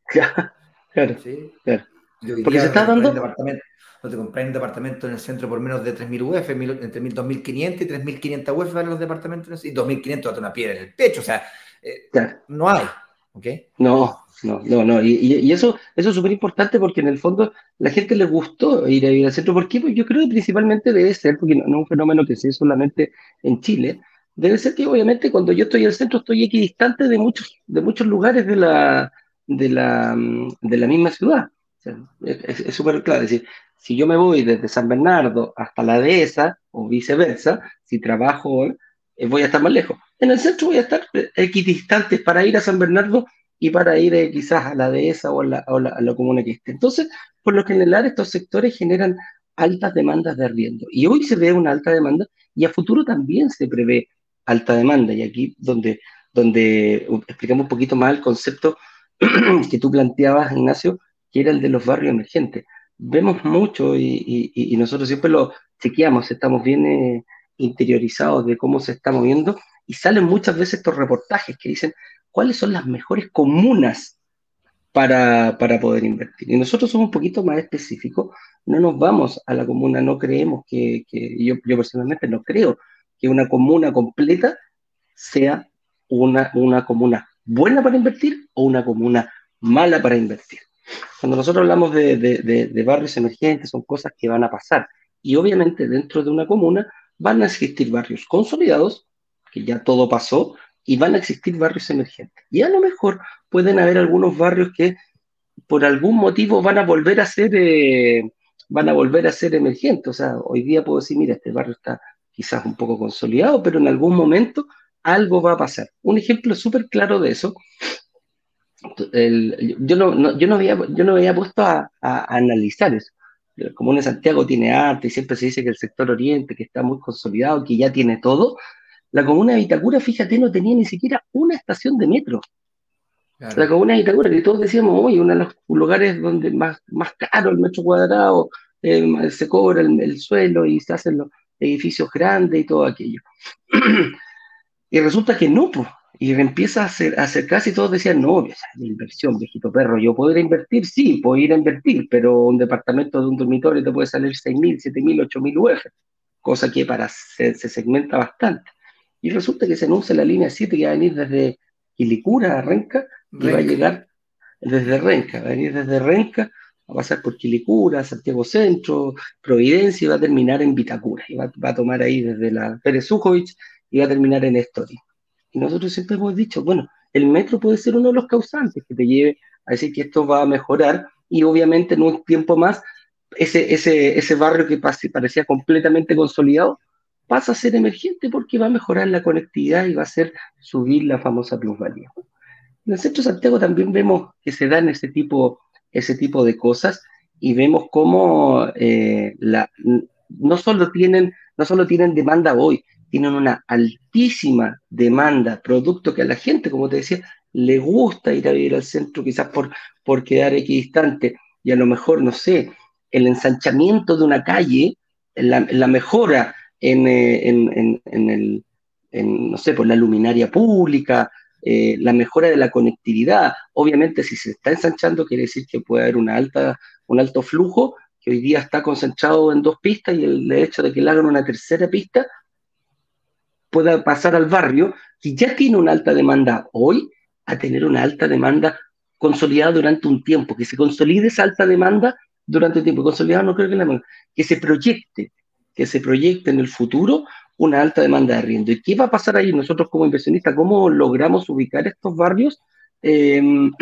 claro, ¿sí? claro. Y hoy Porque se día no te está compras un dando, departamento, no te compras un departamento en el centro por menos de tres mil U F, mil- entre mil- dos mil quinientos y tres mil quinientos U F valen los departamentos en el- y dos mil quinientos date una piedra en el pecho, o sea, eh, claro. no hay, ¿ok? No, no, no, no. Y, y- y eso, eso es súper importante porque en el fondo la gente le gustó ir a ir al centro. ¿Por qué? Pues yo creo que principalmente debe ser, porque no, no es un fenómeno que se ve solamente en Chile, debe ser que obviamente cuando yo estoy al centro estoy equidistante de muchos, de muchos lugares de la, de la, mm, de la misma ciudad. O sea, es es súper claro. Es decir, si yo me voy desde San Bernardo hasta la Dehesa o viceversa, si trabajo, eh, voy a estar más lejos. En el centro voy a estar eh, equidistantes para ir a San Bernardo y para ir eh, quizás a la dehesa o, a la, o la- a la comuna que esté. Entonces, por lo general, estos sectores generan altas demandas de arriendo. Y hoy se ve una alta demanda y a futuro también se prevé alta demanda. Y aquí donde, donde uh, explicamos un poquito más el concepto que tú planteabas, Ignacio, que era el de los barrios emergentes. Vemos mucho y, y- y nosotros siempre lo chequeamos, estamos bien eh, interiorizados de cómo se está moviendo y salen muchas veces estos reportajes que dicen cuáles son las mejores comunas para, para poder invertir. Y nosotros somos un poquito más específicos, no nos vamos a la comuna, no creemos que, que yo, yo personalmente no creo que una comuna completa sea una, una comuna buena para invertir o una comuna mala para invertir. Cuando nosotros hablamos de, de, de, de barrios emergentes, son cosas que van a pasar. Y obviamente dentro de una comuna van a existir barrios consolidados, que ya todo pasó, y van a existir barrios emergentes. Y a lo mejor pueden haber algunos barrios que por algún motivo van a volver a ser, eh, van a volver a ser emergentes. O sea, hoy día puedo decir, mira, este barrio está quizás un poco consolidado, pero en algún momento algo va a pasar. Un ejemplo súper claro de eso, el- yo, no, no- yo, no había, yo no me había puesto a, a- a analizar eso. El Comuna de Santiago tiene arte y siempre se dice que el sector oriente, que está muy consolidado, que ya tiene todo. La comuna de Vitacura, fíjate, no tenía ni siquiera una estación de metro. La Claro. comuna de Itacura, que todos decíamos, oye, uno de los lugares donde más, más caro el metro cuadrado. eh, se cobra el, el suelo y se hacen los edificios grandes y todo aquello. Y resulta que no, pues. Y empieza a hacer, a acercarse y todos decían, no, o sea, la inversión, viejito perro, yo puedo ir a invertir, sí, puedo ir a invertir, pero un departamento de un dormitorio te puede salir seis mil, siete mil, ocho mil U F, cosa que para se, se segmenta bastante. Y resulta que se anuncia la línea siete que va a venir desde Quilicura a Renca y va a Renca. llegar desde Renca, va a venir desde Renca, va a pasar por Quilicura, Santiago Centro, Providencia y va a terminar en Vitacura. Y va, va a tomar ahí desde la Pérez Sujovic y va a terminar en Estoril. Y nosotros siempre hemos dicho, bueno, el metro puede ser uno de los causantes que te lleve a decir que esto va a mejorar y obviamente en un tiempo más ese, ese, ese barrio que parecía completamente consolidado pasa a ser emergente porque va a mejorar la conectividad y va a hacer subir la famosa plusvalía. En el centro de Santiago también vemos que se dan ese tipo, ese tipo de cosas y vemos cómo eh, la, no, solo tienen, no solo tienen demanda hoy, tienen una altísima demanda, producto que a la gente, como te decía, le gusta ir a vivir al centro, quizás por, por quedar equidistante, y a lo mejor, no sé, el ensanchamiento de una calle, la, la mejora en, eh, en, en, en, el, en, no sé, por la luminaria pública, eh, la mejora de la conectividad. Obviamente, si se está ensanchando, quiere decir que puede haber una alta, un alto flujo, que hoy día está concentrado en dos pistas, y el hecho de que le hagan una tercera pista pueda pasar al barrio, que ya tiene una alta demanda hoy, a tener una alta demanda consolidada durante un tiempo, que se consolide esa alta demanda durante un tiempo. Consolidada no creo que la que se proyecte, que se proyecte en el futuro una alta demanda de arriendo. ¿Y qué va a pasar ahí? Nosotros como inversionistas, ¿cómo logramos ubicar estos barrios? Eh,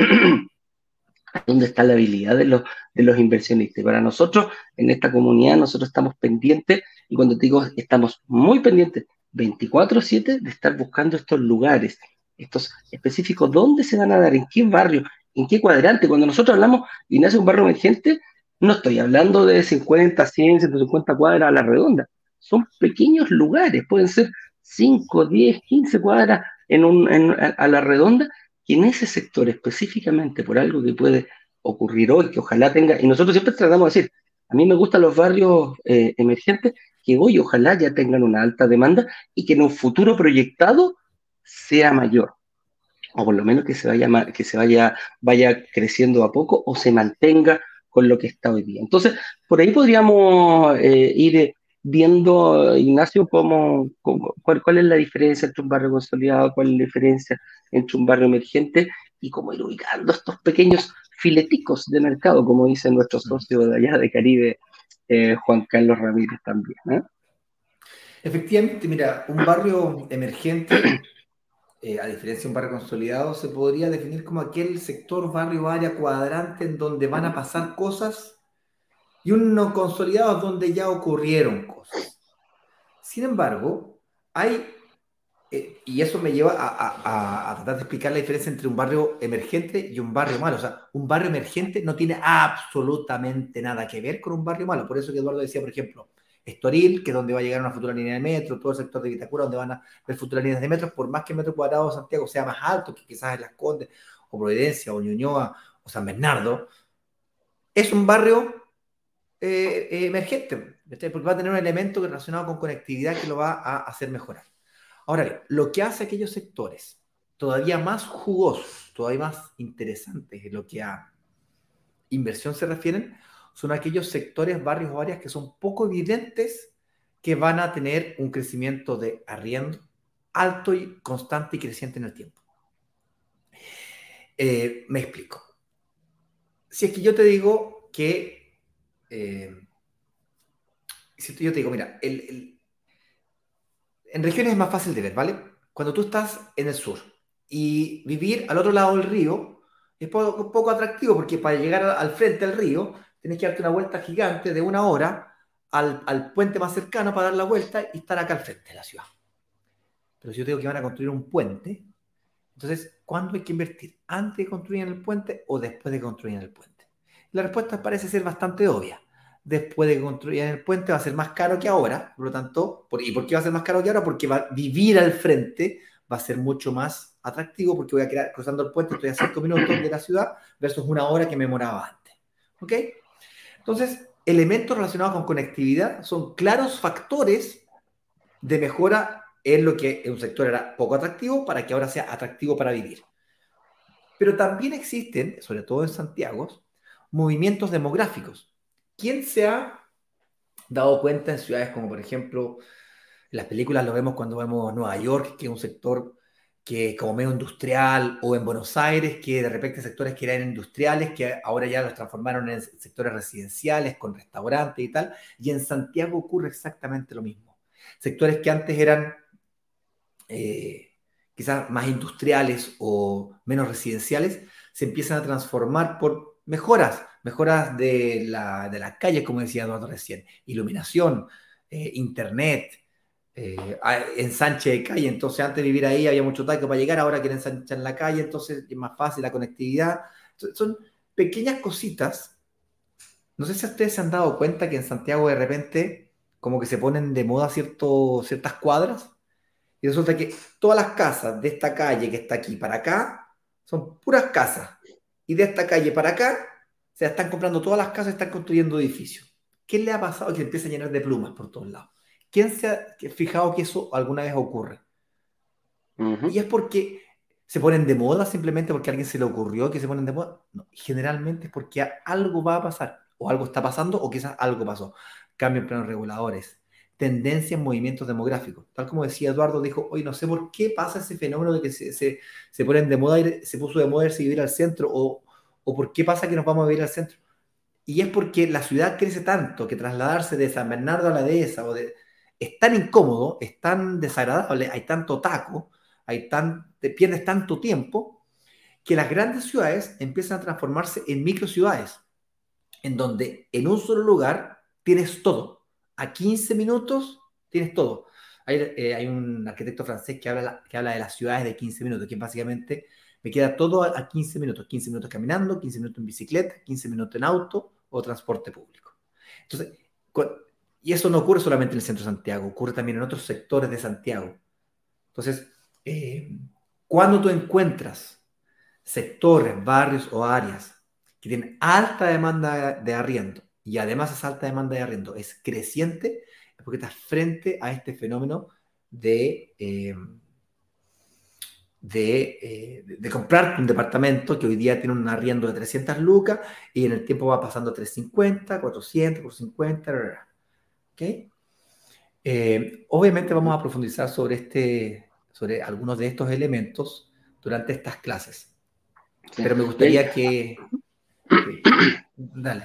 ¿Dónde está la habilidad de los, de los inversionistas? Para nosotros, en esta comunidad, nosotros estamos pendientes, y cuando te digo estamos muy pendientes, veinticuatro siete, de estar buscando estos lugares, estos específicos, ¿dónde se van a dar? ¿En qué barrio? ¿En qué cuadrante? Cuando nosotros hablamos y nace un barrio emergente, no estoy hablando de cincuenta, cien, ciento cincuenta cuadras a la redonda. Son pequeños lugares, pueden ser cinco, diez, quince cuadras en un, en, a, a la redonda, que en ese sector específicamente, por algo que puede ocurrir hoy, que ojalá tenga, y nosotros siempre tratamos de decir, a mí me gustan los barrios eh, emergentes que hoy ojalá ya tengan una alta demanda y que en un futuro proyectado sea mayor, o por lo menos que se vaya, que se vaya, vaya creciendo a poco o se mantenga con lo que está hoy día. Entonces, por ahí podríamos eh, ir viendo, Ignacio, cómo, cómo, cuál, cuál es la diferencia entre un barrio consolidado, cuál es la diferencia entre un barrio emergente y cómo ir ubicando estos pequeños fileticos de mercado, como dice nuestro socio de allá de Caribe, eh, Juan Carlos Ramírez también. ¿eh? Efectivamente, mira, un barrio emergente, eh, a diferencia de un barrio consolidado, se podría definir como aquel sector, barrio, área, cuadrante en donde van a pasar cosas, y uno consolidado es donde ya ocurrieron cosas. Sin embargo, hay, eh, y eso me lleva a, a- a tratar de explicar la diferencia entre un barrio emergente y un barrio malo. O sea, un barrio emergente no tiene absolutamente nada que ver con un barrio malo. Por eso que Eduardo decía, por ejemplo, Estoril, que es donde va a llegar una futura línea de metro, todo el sector de Vitacura, donde van a ver futuras líneas de metro, por más que el metro cuadrado de Santiago sea más alto que quizás en Las Condes, o Providencia, o Ñuñoa, o San Bernardo, es un barrio eh, eh, emergente, porque va a tener un elemento relacionado con conectividad que lo va a hacer mejorar. Ahora bien, lo que hace aquellos sectores todavía más jugosos, todavía más interesantes en lo que a inversión se refieren, son aquellos sectores, barrios o áreas que son poco evidentes que van a tener un crecimiento de arriendo alto y constante y creciente en el tiempo. Eh, me explico. Si es que yo te digo que, eh, si yo te digo, mira, el, el, en regiones es más fácil de ver, ¿vale? Cuando tú estás en el sur y vivir al otro lado del río es poco, poco atractivo, porque para llegar al frente del río tienes que darte una vuelta gigante de una hora al, al puente más cercano para dar la vuelta y estar acá al frente de la ciudad. Pero si yo te digo que van a construir un puente, entonces, ¿cuándo hay que invertir? ¿Antes de construir el puente o después de construir el puente? La respuesta parece ser bastante obvia. Después de construir el puente va a ser más caro que ahora, por lo tanto, ¿por, ¿y por qué va a ser más caro que ahora? Porque va, vivir al frente va a ser mucho más atractivo, porque voy a quedar cruzando el puente, estoy a cinco minutos de la ciudad versus una hora que me demoraba antes. ¿Ok? Entonces, elementos relacionados con conectividad son claros factores de mejora en lo que en un sector era poco atractivo para que ahora sea atractivo para vivir. Pero también existen, sobre todo en Santiago, movimientos demográficos. ¿Quién se ha dado cuenta en ciudades como, por ejemplo, en las películas lo vemos cuando vemos Nueva York, que es un sector que como medio industrial, o en Buenos Aires, que de repente sectores que eran industriales, que ahora ya los transformaron en sectores residenciales, con restaurantes y tal, y en Santiago ocurre exactamente lo mismo. Sectores que antes eran eh, quizás más industriales o menos residenciales, se empiezan a transformar por mejoras, mejoras de la, de las calles, como decía Eduardo recién, iluminación, eh, internet, eh, ensanche de calle. Entonces antes de vivir ahí había mucho taco para llegar, ahora quieren ensanchar en la calle, entonces es más fácil la conectividad. Son, son pequeñas cositas. No sé si ustedes se han dado cuenta que en Santiago de repente como que se ponen de moda cierto, ciertas cuadras y resulta que todas las casas de esta calle que está aquí para acá son puras casas. Y de esta calle para acá se están comprando todas las casas y están construyendo edificios. ¿Qué le ha pasado? Que empieza a llenar de plumas por todos lados. ¿Quién se ha fijado que eso alguna vez ocurre? Uh-huh. Y es porque se ponen de moda simplemente porque a alguien se le ocurrió que se ponen de moda. No, generalmente es porque algo va a pasar, o algo está pasando, o quizás algo pasó. Cambio en planos reguladores, tendencia en movimientos demográficos. Tal como decía Eduardo, dijo, hoy no sé por qué pasa ese fenómeno de que se, se, se ponen de moda, ir, se puso de moda irse a vivir al centro, o, o por qué pasa que nos vamos a vivir al centro. Y es porque la ciudad crece tanto que trasladarse de San Bernardo a la Dehesa o de, es tan incómodo, es tan desagradable, hay tanto taco, hay tan, te pierdes tanto tiempo, que las grandes ciudades empiezan a transformarse en microciudades, en donde en un solo lugar tienes todo. A quince minutos tienes todo. Hay, eh, hay un arquitecto francés que habla, que habla de las ciudades de quince minutos, que básicamente me queda todo a quince minutos. quince minutos caminando, quince minutos en bicicleta, quince minutos en auto o transporte público. Entonces, y eso no ocurre solamente en el centro de Santiago, ocurre también en otros sectores de Santiago. Entonces, eh, cuando tú encuentras sectores, barrios o áreas que tienen alta demanda de arriendo y además esa alta demanda de arriendo es creciente, es porque estás frente a este fenómeno de, eh, de, eh, de comprar un departamento que hoy día tiene un arriendo de trescientas lucas y en el tiempo va pasando a trescientos cincuenta, cuatrocientos, cuatrocientos cincuenta, ¿ok? Eh, obviamente vamos a profundizar sobre, este, sobre algunos de estos elementos durante estas clases, sí. Pero me gustaría que... que dale.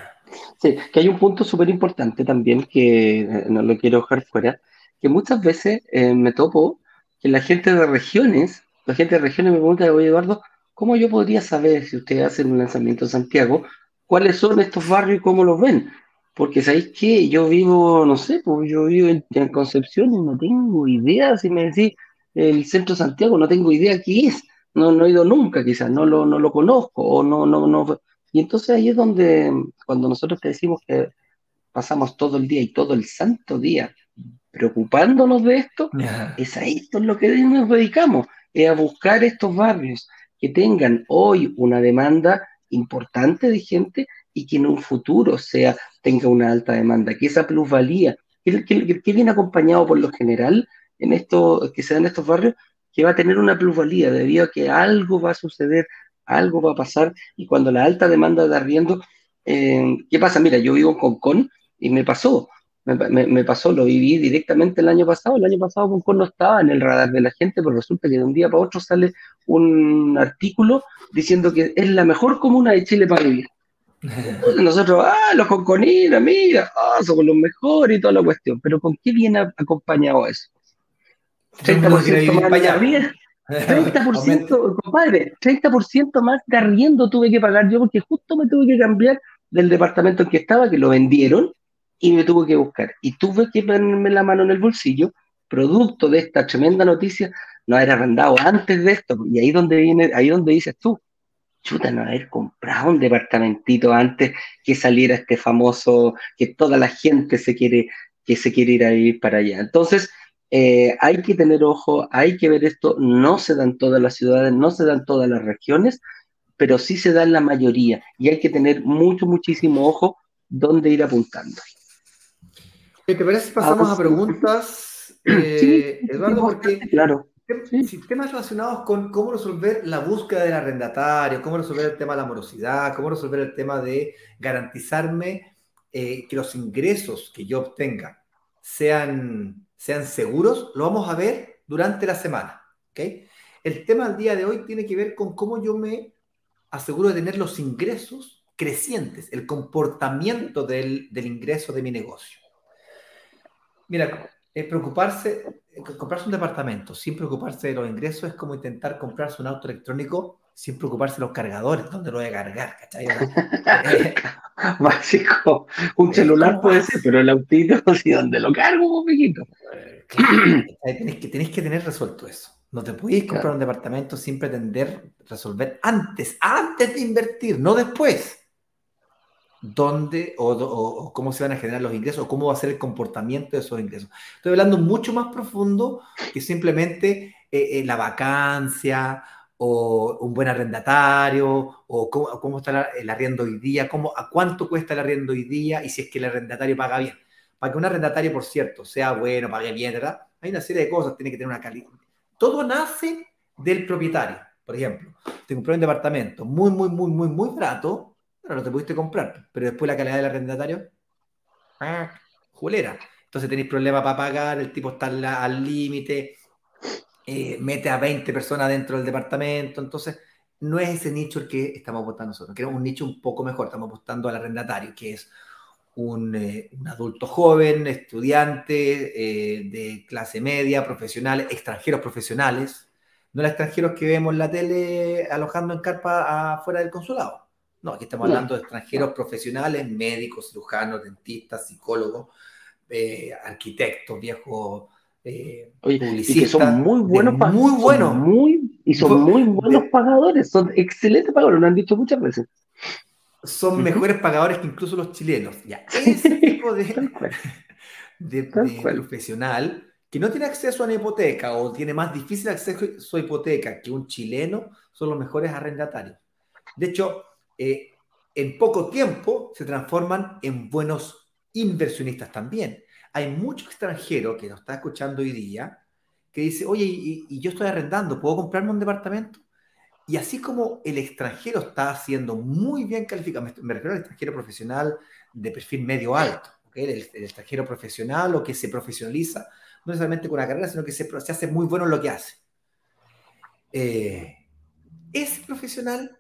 Sí, que hay un punto súper importante también que eh, no lo quiero dejar fuera, que muchas veces eh, me topo que la gente de regiones, la gente de regiones me pregunta, oye Eduardo, ¿cómo yo podría saber si ustedes hacen un lanzamiento en Santiago, cuáles son estos barrios y cómo los ven? Porque ¿sabéis qué? Yo vivo, no sé, pues yo vivo en, en Concepción y no tengo idea, si me decís el centro de Santiago, no tengo idea qué es, no, no he ido nunca quizás, no lo, no lo conozco, o no, no, no. Y entonces ahí es donde, cuando nosotros te decimos que pasamos todo el día y todo el santo día preocupándonos de esto, es a esto es lo que nos dedicamos, es a buscar estos barrios que tengan hoy una demanda importante de gente y que en un futuro sea, tenga una alta demanda, que esa plusvalía, que, que, que viene acompañado por lo general en esto, que se dan estos barrios, que va a tener una plusvalía debido a que algo va a suceder, algo va a pasar, y cuando la alta demanda de arriendo, eh, ¿qué pasa? Mira, yo vivo en Concón y me pasó, me, me, me, pasó, lo viví directamente el año pasado. El año pasado Concón no estaba en el radar de la gente, pero resulta que de un día para otro sale un artículo diciendo que es la mejor comuna de Chile para vivir. Nosotros, ah, los conconinos, mira, ah, somos los mejores y toda la cuestión. Pero ¿con qué viene acompañado eso? treinta por ciento más de arriendo. treinta por ciento, compadre, treinta por ciento más de arriendo tuve que pagar yo porque justo me tuve que cambiar del departamento en que estaba, que lo vendieron, y me tuve que buscar. Y tuve que ponerme la mano en el bolsillo, producto de esta tremenda noticia, no haber arrendado antes de esto. Y ahí donde viene, ahí donde dices tú, chuta, no haber comprado un departamentito antes que saliera este famoso, que toda la gente se quiere, que se quiere ir a vivir para allá. Entonces, eh, hay que tener ojo, hay que ver esto, no se da en todas las ciudades, no se da en todas las regiones, pero sí se da en la mayoría, y hay que tener mucho, muchísimo ojo, dónde ir apuntando. ¿Te parece si Ahora pasamos a sí, preguntas, sí, eh, es Eduardo? bastante Porque claro. tem- Sí, si temas relacionados con cómo resolver la búsqueda del arrendatario, cómo resolver el tema de la morosidad, cómo resolver el tema de garantizarme eh, que los ingresos que yo obtenga sean, sean seguros, lo vamos a ver durante la semana. ¿Ok? El tema del día de hoy tiene que ver con cómo yo me aseguro de tener los ingresos crecientes, el comportamiento del, del ingreso de mi negocio. Mira, es preocuparse, eh, comprarse un departamento sin preocuparse de los ingresos es como intentar comprarse un auto electrónico sin preocuparse de los cargadores, dónde lo voy a cargar, ¿cachai? O sea, eh, básico. Un eh, celular ¿cómo puede ser, vas? pero el autito, ¿sí dónde lo cargo, poquito? Eh, claro, ¿cachai? Tenés que, tenés que tener resuelto eso. No te podéis comprar Claro. un departamento sin pretender resolver antes, antes de invertir, no después. Dónde o, o- o cómo se van a generar los ingresos o cómo va a ser el comportamiento de esos ingresos. Estoy hablando mucho más profundo que simplemente eh, eh, la vacancia o un buen arrendatario o cómo, cómo está la- el arriendo hoy día, cómo, a cuánto cuesta el arriendo hoy día y si es que el arrendatario paga bien. Para que un arrendatario, por cierto, sea bueno, pague bien, ¿verdad? Hay una serie de cosas, tiene que tener una calidad. Todo nace del propietario. Por ejemplo, te compré un departamento muy, muy, muy, muy, muy barato. Bueno, no te pudiste comprar, pero después la calidad del arrendatario, ah, julera. Entonces tenéis problemas para pagar, el tipo está al al límite, eh, mete a veinte personas dentro del departamento, entonces no es ese nicho el que estamos apostando nosotros, queremos un nicho un poco mejor, estamos apostando al arrendatario, que es un, eh, un adulto joven, estudiante, eh, de clase media, profesionales, extranjeros profesionales, no los extranjeros que vemos en la tele alojando en carpa afuera del consulado. No, aquí estamos No, hablando de extranjeros profesionales, médicos, cirujanos, dentistas, psicólogos, eh, arquitectos, viejos, eh, oye, y que son publicistas, muy de buenos, pa- muy son buenos, muy, y son muy buenos de, pagadores, son excelentes pagadores, lo han dicho muchas veces. son Ujú. mejores pagadores que incluso los chilenos. Ya, ese Sí, tipo de, tal cual, de, tal de cual. profesional que no tiene acceso a una hipoteca o tiene más difícil acceso a su hipoteca que un chileno, son los mejores arrendatarios. De hecho, eh, en poco tiempo se transforman en buenos inversionistas también. Hay mucho extranjero que nos está escuchando hoy día que dice, oye, y, y yo estoy arrendando, ¿puedo comprarme un departamento? Y así como el extranjero está siendo muy bien calificado, me, me refiero al extranjero profesional de perfil medio alto, ¿okay? el, el, extranjero profesional o que se profesionaliza, no necesariamente con una carrera, sino que se, se hace muy bueno en lo que hace. Eh, ese profesional,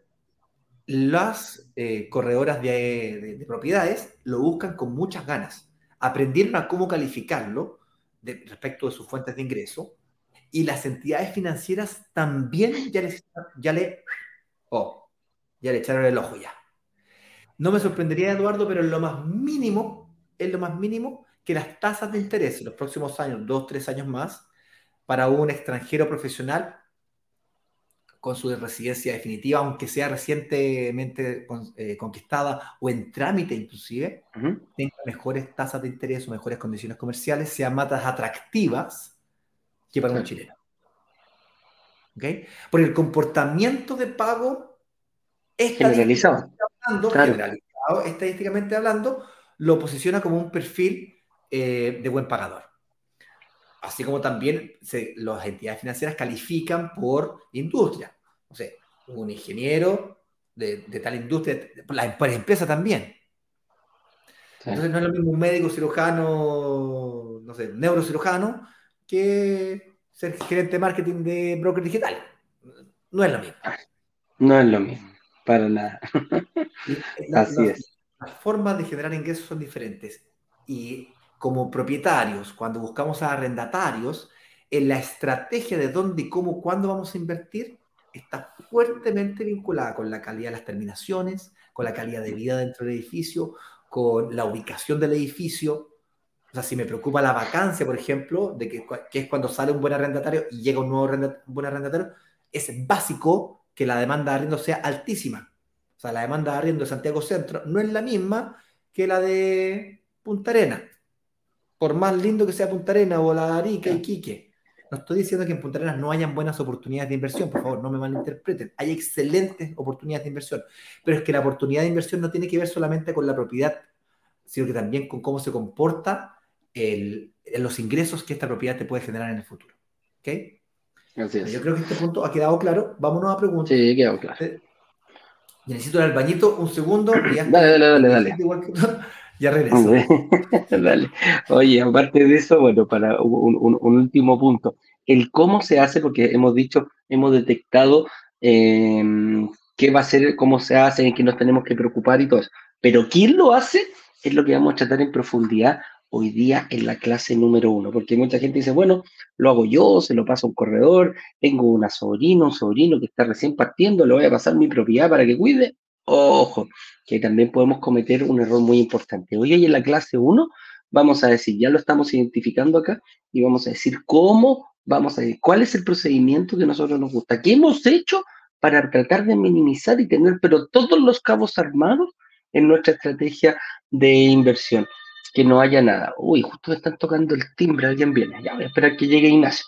las eh, corredoras de, de, de, propiedades lo buscan con muchas ganas. Aprendieron a cómo calificarlo de, respecto de sus fuentes de ingreso y las entidades financieras también ya, les, ya le... Oh, ya le echaron el ojo ya. No me sorprendería, Eduardo, pero en lo más mínimo, en lo más mínimo, que las tasas de interés en los próximos años, dos, tres años más, para un extranjero profesional con su residencia definitiva, aunque sea recientemente con, eh, conquistada o en trámite inclusive, Ujú. tenga mejores tasas de interés o mejores condiciones comerciales, sean más atractivas que para un Claro. chileno. ¿Ok? Porque el comportamiento de pago Generalizado, estadísticamente hablando, claro. generalizado, estadísticamente hablando, lo posiciona como un perfil eh, de buen pagador. Así como también se, las entidades financieras califican por industria. No sé, un ingeniero de, de tal industria, la, por empresa también. Sí. Entonces no es lo mismo un médico cirujano, no sé, neurocirujano, que ser gerente de marketing de broker digital. No es lo mismo. No es lo mismo, para nada. La- Así las, es. las formas de generar ingresos son diferentes. Y como propietarios, cuando buscamos a arrendatarios, en la estrategia de dónde, y cómo, cuándo vamos a invertir, está fuertemente vinculada con la calidad de las terminaciones, con la calidad de vida dentro del edificio, con la ubicación del edificio. O sea, si me preocupa la vacancia, por ejemplo, de que, que es cuando sale un buen arrendatario y llega un nuevo arrenda, un buen arrendatario, es básico que la demanda de arriendo sea altísima. O sea, la demanda de arriendo de Santiago Centro no es la misma que la de Punta Arena, por más lindo que sea Punta Arena o la de Arica, Claro. Iquique. No estoy diciendo que en Punta Arenas no hayan buenas oportunidades de inversión, por favor, no me malinterpreten. Hay excelentes oportunidades de inversión, pero es que la oportunidad de inversión no tiene que ver solamente con la propiedad sino que también con cómo se comporta el, los ingresos que esta propiedad te puede generar en el futuro. ¿Ok? Así Bueno, yo es. creo que este punto ha quedado claro. Vámonos a preguntas. Sí, quedó claro. Eh, Necesito ir al bañito un segundo, que ya Dale, estoy dale, dale, dale. indigesito igual que tú. Ya regreso. Dale. Oye, aparte de eso, bueno, para un, un- un último punto, el cómo se hace, porque hemos dicho, hemos detectado eh, qué va a ser, cómo se hace, en qué nos tenemos que preocupar y todo eso. Pero quién lo hace es lo que vamos a tratar en profundidad hoy día en la clase número uno, porque mucha gente dice, bueno, lo hago yo, se lo paso a un corredor, tengo una sobrina, un sobrino que está recién partiendo, le voy a pasar mi propiedad para que cuide. Ojo, que también podemos cometer un error muy importante. Hoy en la clase uno vamos a decir, ya lo estamos identificando acá, y vamos a decir cómo, vamos a decir cuál es el procedimiento que a nosotros nos gusta, qué hemos hecho para tratar de minimizar y tener, pero todos los cabos armados en nuestra estrategia de inversión. Que no haya nada. Uy, justo me están tocando el timbre, alguien viene. Ya voy a esperar que llegue Ignacio.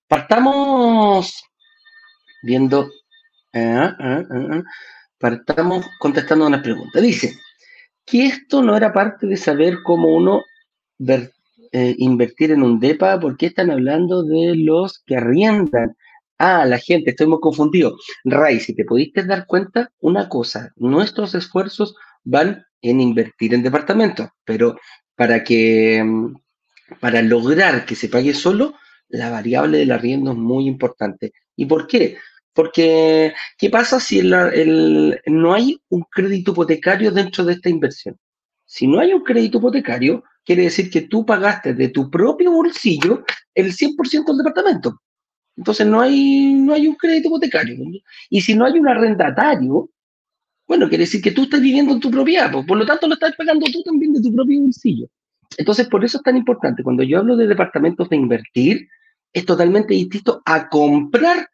Partamos viendo. ah, ah, ah, ah, partamos contestando una pregunta. Dice que esto no era parte de saber cómo uno ver- eh, invertir en un DEPA. ¿Por qué están hablando de los que arriendan? Ah, la gente, estoy muy confundido. Ray, si te pudiste dar cuenta, una cosa, nuestros esfuerzos van en invertir en departamentos, pero para que, mm, para lograr que se pague solo, la variable del arriendo es muy importante. ¿Y por qué? Porque, ¿qué pasa si el- el- no hay un crédito hipotecario dentro de esta inversión? Si no hay un crédito hipotecario, quiere decir que tú pagaste de tu propio bolsillo el cien por ciento del departamento. Entonces no hay, no hay un crédito hipotecario. Y si no hay un arrendatario, bueno, quiere decir que tú estás viviendo en tu propiedad, pues, por lo tanto lo estás pagando tú también de tu propio bolsillo. Entonces, por eso es tan importante. Cuando yo hablo de departamentos de invertir, es totalmente distinto a comprar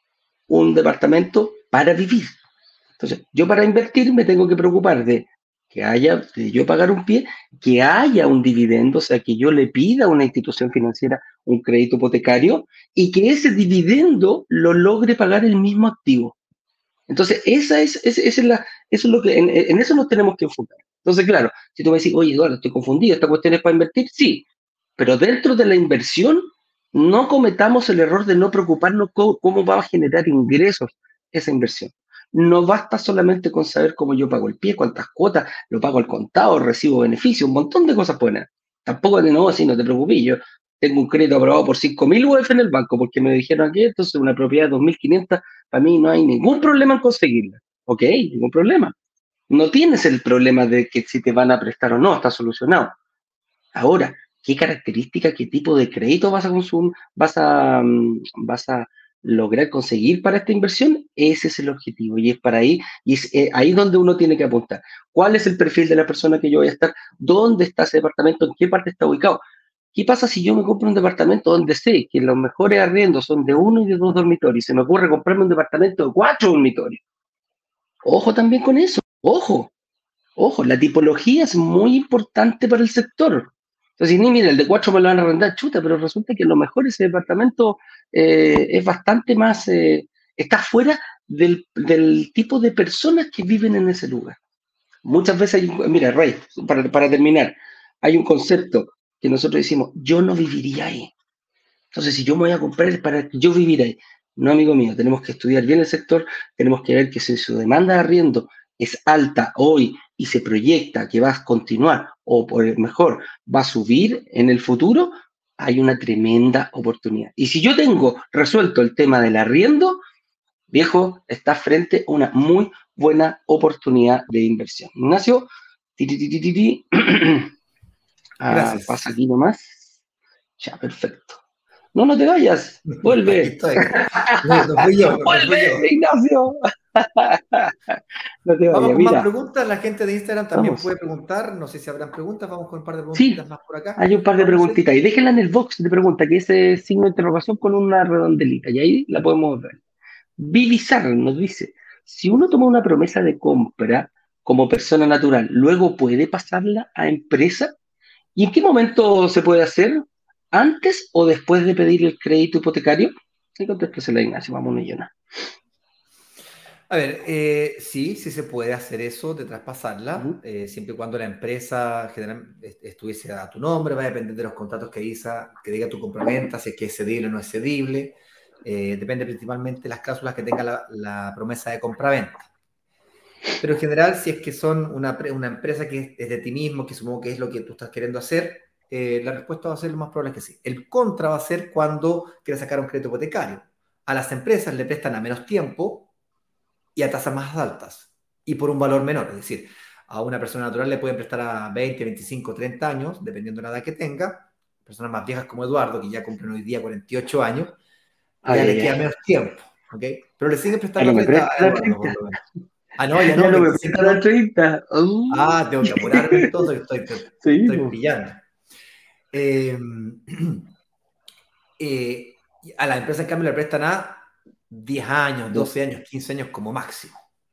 un departamento para vivir. Entonces, yo para invertir me tengo que preocupar de que haya, de yo pagar un pie, que haya un dividendo, o sea, que yo le pida a una institución financiera un crédito hipotecario y que ese dividendo lo logre pagar el mismo activo. Entonces, esa es, esa es la, eso es lo que, en, en, eso nos tenemos que enfocar. Entonces, claro, si tú me decís, oye, Eduardo, estoy confundido, ¿esta cuestión es para invertir? Sí, pero dentro de la inversión, no cometamos el error de no preocuparnos cómo, cómo va a generar ingresos esa inversión. No basta solamente con saber cómo yo pago el pie, cuántas cuotas, lo pago al contado, recibo beneficios, un montón de cosas buenas. Tampoco de no, así no te preocupes, yo tengo un crédito aprobado por cinco mil U F en el banco porque me dijeron que entonces una propiedad de dos mil quinientos, para mí no hay ningún problema en conseguirla. ¿Ok? Ningún problema. No tienes el problema de que si te van a prestar o no, está solucionado. Ahora, ¿qué característica, qué tipo de crédito vas a consumir, vas a, mm, vas a lograr conseguir para esta inversión? Ese es el objetivo y es para ahí, y es eh, ahí donde uno tiene que apuntar. ¿Cuál es el perfil de la persona que yo voy a estar? ¿Dónde está ese departamento? ¿En qué parte está ubicado? ¿Qué pasa si yo me compro un departamento donde sé que los mejores arriendos son de uno y de dos dormitorios y se me ocurre comprarme un departamento de cuatro dormitorios? Ojo también con eso, ojo. Ojo, la tipología es muy importante para el sector. Entonces, ni mira, el de cuatro me lo van a arrendar, chuta, pero resulta que a lo mejor ese departamento eh, es bastante más, eh, está fuera del, del tipo de personas que viven en ese lugar. Muchas veces hay, un- mira, Rey, para, para terminar, hay un concepto que nosotros decimos, yo no viviría ahí. Entonces, si yo me voy a comprar es para yo vivir ahí. No, amigo mío, tenemos que estudiar bien el sector, tenemos que ver que si su demanda de arriendo es alta hoy y se proyecta que va a continuar o por el mejor va a subir en el futuro, hay una tremenda oportunidad. Y si yo tengo resuelto el tema del arriendo, viejo, está frente a una muy buena oportunidad de inversión. Ignacio, ti, ti, ti, ti, ti, ah, pasa Gracias. aquí nomás. Ya, perfecto. No, no te vayas. Aquí Vuelve. estoy. No, no fui yo, no fui Vuelve, yo. Ignacio. No te Vamos vayas, con más mira. preguntas. La gente de Instagram también Vamos. puede preguntar. No sé si habrán preguntas. Vamos con un par de preguntitas Sí, más por acá. hay un par de Vamos a ir. preguntitas. Y déjenla en el box de pregunta, que es ese signo de interrogación con una redondelita. Y ahí la podemos ver. Vivizar nos dice, si uno toma una promesa de compra como persona natural, luego puede pasarla a empresa. ¿Y en qué momento se puede hacer? ¿Antes o después de pedir el crédito hipotecario? Y contéstesela, Ignacio, vamos a una y una. A ver, eh, sí, sí se puede hacer eso de traspasarla, Ujú. eh, siempre y cuando la empresa general, est- estuviese a tu nombre, va a depender de los contratos que diga, que diga tu compraventa, si es que es cedible o no es cedible, eh, depende principalmente de las cláusulas que tenga la, la promesa de compraventa. Pero en general, si es que son una, pre- una empresa que es, es de ti mismo, que supongo que es lo que tú estás queriendo hacer, eh, la respuesta va a ser lo más probable es que sí. El contra va a ser cuando quieres sacar un crédito hipotecario. A las empresas le prestan a menos tiempo y a tasas más altas y por un valor menor. Es decir, a una persona natural le pueden prestar a veinte, veinticinco, treinta años, dependiendo de la edad que tenga. Personas más viejas como Eduardo, que ya cumplen hoy día cuarenta y ocho años, ya Ay, le ay, queda ay. menos tiempo, ¿ok? Pero le siguen Ya prestando no a me treinta prestan a a Eduardo, por treinta. lo menos. Ah, no, ya Ya no, no me veinticinco prestan a no. treinta. Uh, Ah, tengo que apurarme entonces, estoy, estoy, sí, estoy pues. pillando. Eh, eh, a la empresa, en cambio, le prestan a diez años, Do- doce años, quince años como máximo.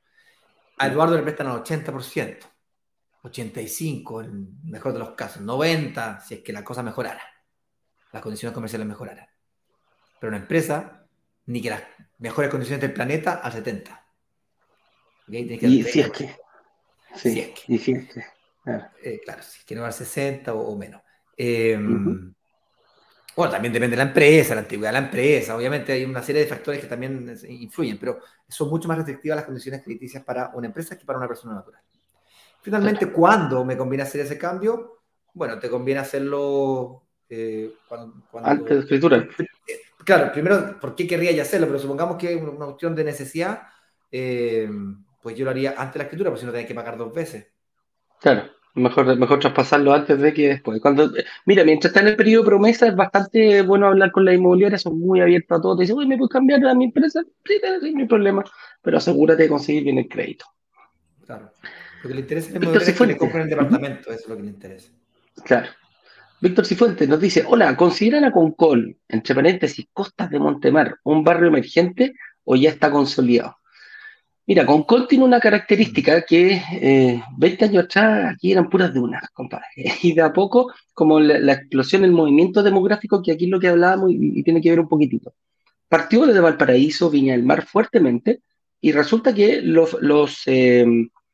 A Eduardo le prestan al ochenta por ciento, ochenta y cinco por ciento en el mejor de los casos, noventa por ciento si es que la cosa mejorara, las condiciones comerciales mejoraran. Pero una empresa, ni que las mejores condiciones del planeta, al setenta por ciento. ¿Okay? Tienes que dar Y si es treinta por que, ciento, si sí, es que. y si es que. Ah, Eh, claro, si es que no al sesenta o, o menos. Eh, ujú, Bueno, también depende de la empresa, la antigüedad de la empresa. Obviamente hay una serie de factores que también eh, influyen, pero son mucho más restrictivas las condiciones crediticias para una empresa que para una persona natural. claro. Finalmente, ¿cuándo me conviene hacer ese cambio? Bueno, te conviene hacerlo eh, cuando, Antes de cuando... escritura. Claro, primero, ¿por qué querría ya hacerlo? Pero supongamos que es una cuestión de necesidad, eh, pues yo lo haría antes de la escritura, porque si no tenés que pagar dos veces. Claro. Mejor, mejor traspasarlo antes de que después. Cuando, mira, mientras está en el periodo de promesa, es bastante bueno hablar con la inmobiliaria, son muy abiertos a todo. Te dicen, uy, ¿me puedes cambiar a mi empresa? Sí, sí, no hay problema. Pero asegúrate de conseguir bien el crédito. Claro. Lo que le interesa a la Víctor inmobiliaria es que le Cifuentes. compren el Ujú, departamento, eso es lo que le interesa. claro. Víctor Cifuentes nos dice, hola, ¿consideran a Concol, entre paréntesis, Costas de Montemar, un barrio emergente o ya está consolidado? Mira, Concol tiene una Mm. característica que eh, veinte años atrás aquí eran puras dunas, compadre. Y de a poco, como la, la explosión, el movimiento demográfico, que aquí es lo que hablábamos y, y tiene que ver un poquitito. Partió desde Valparaíso, Viña del Mar fuertemente y resulta que los, los, eh,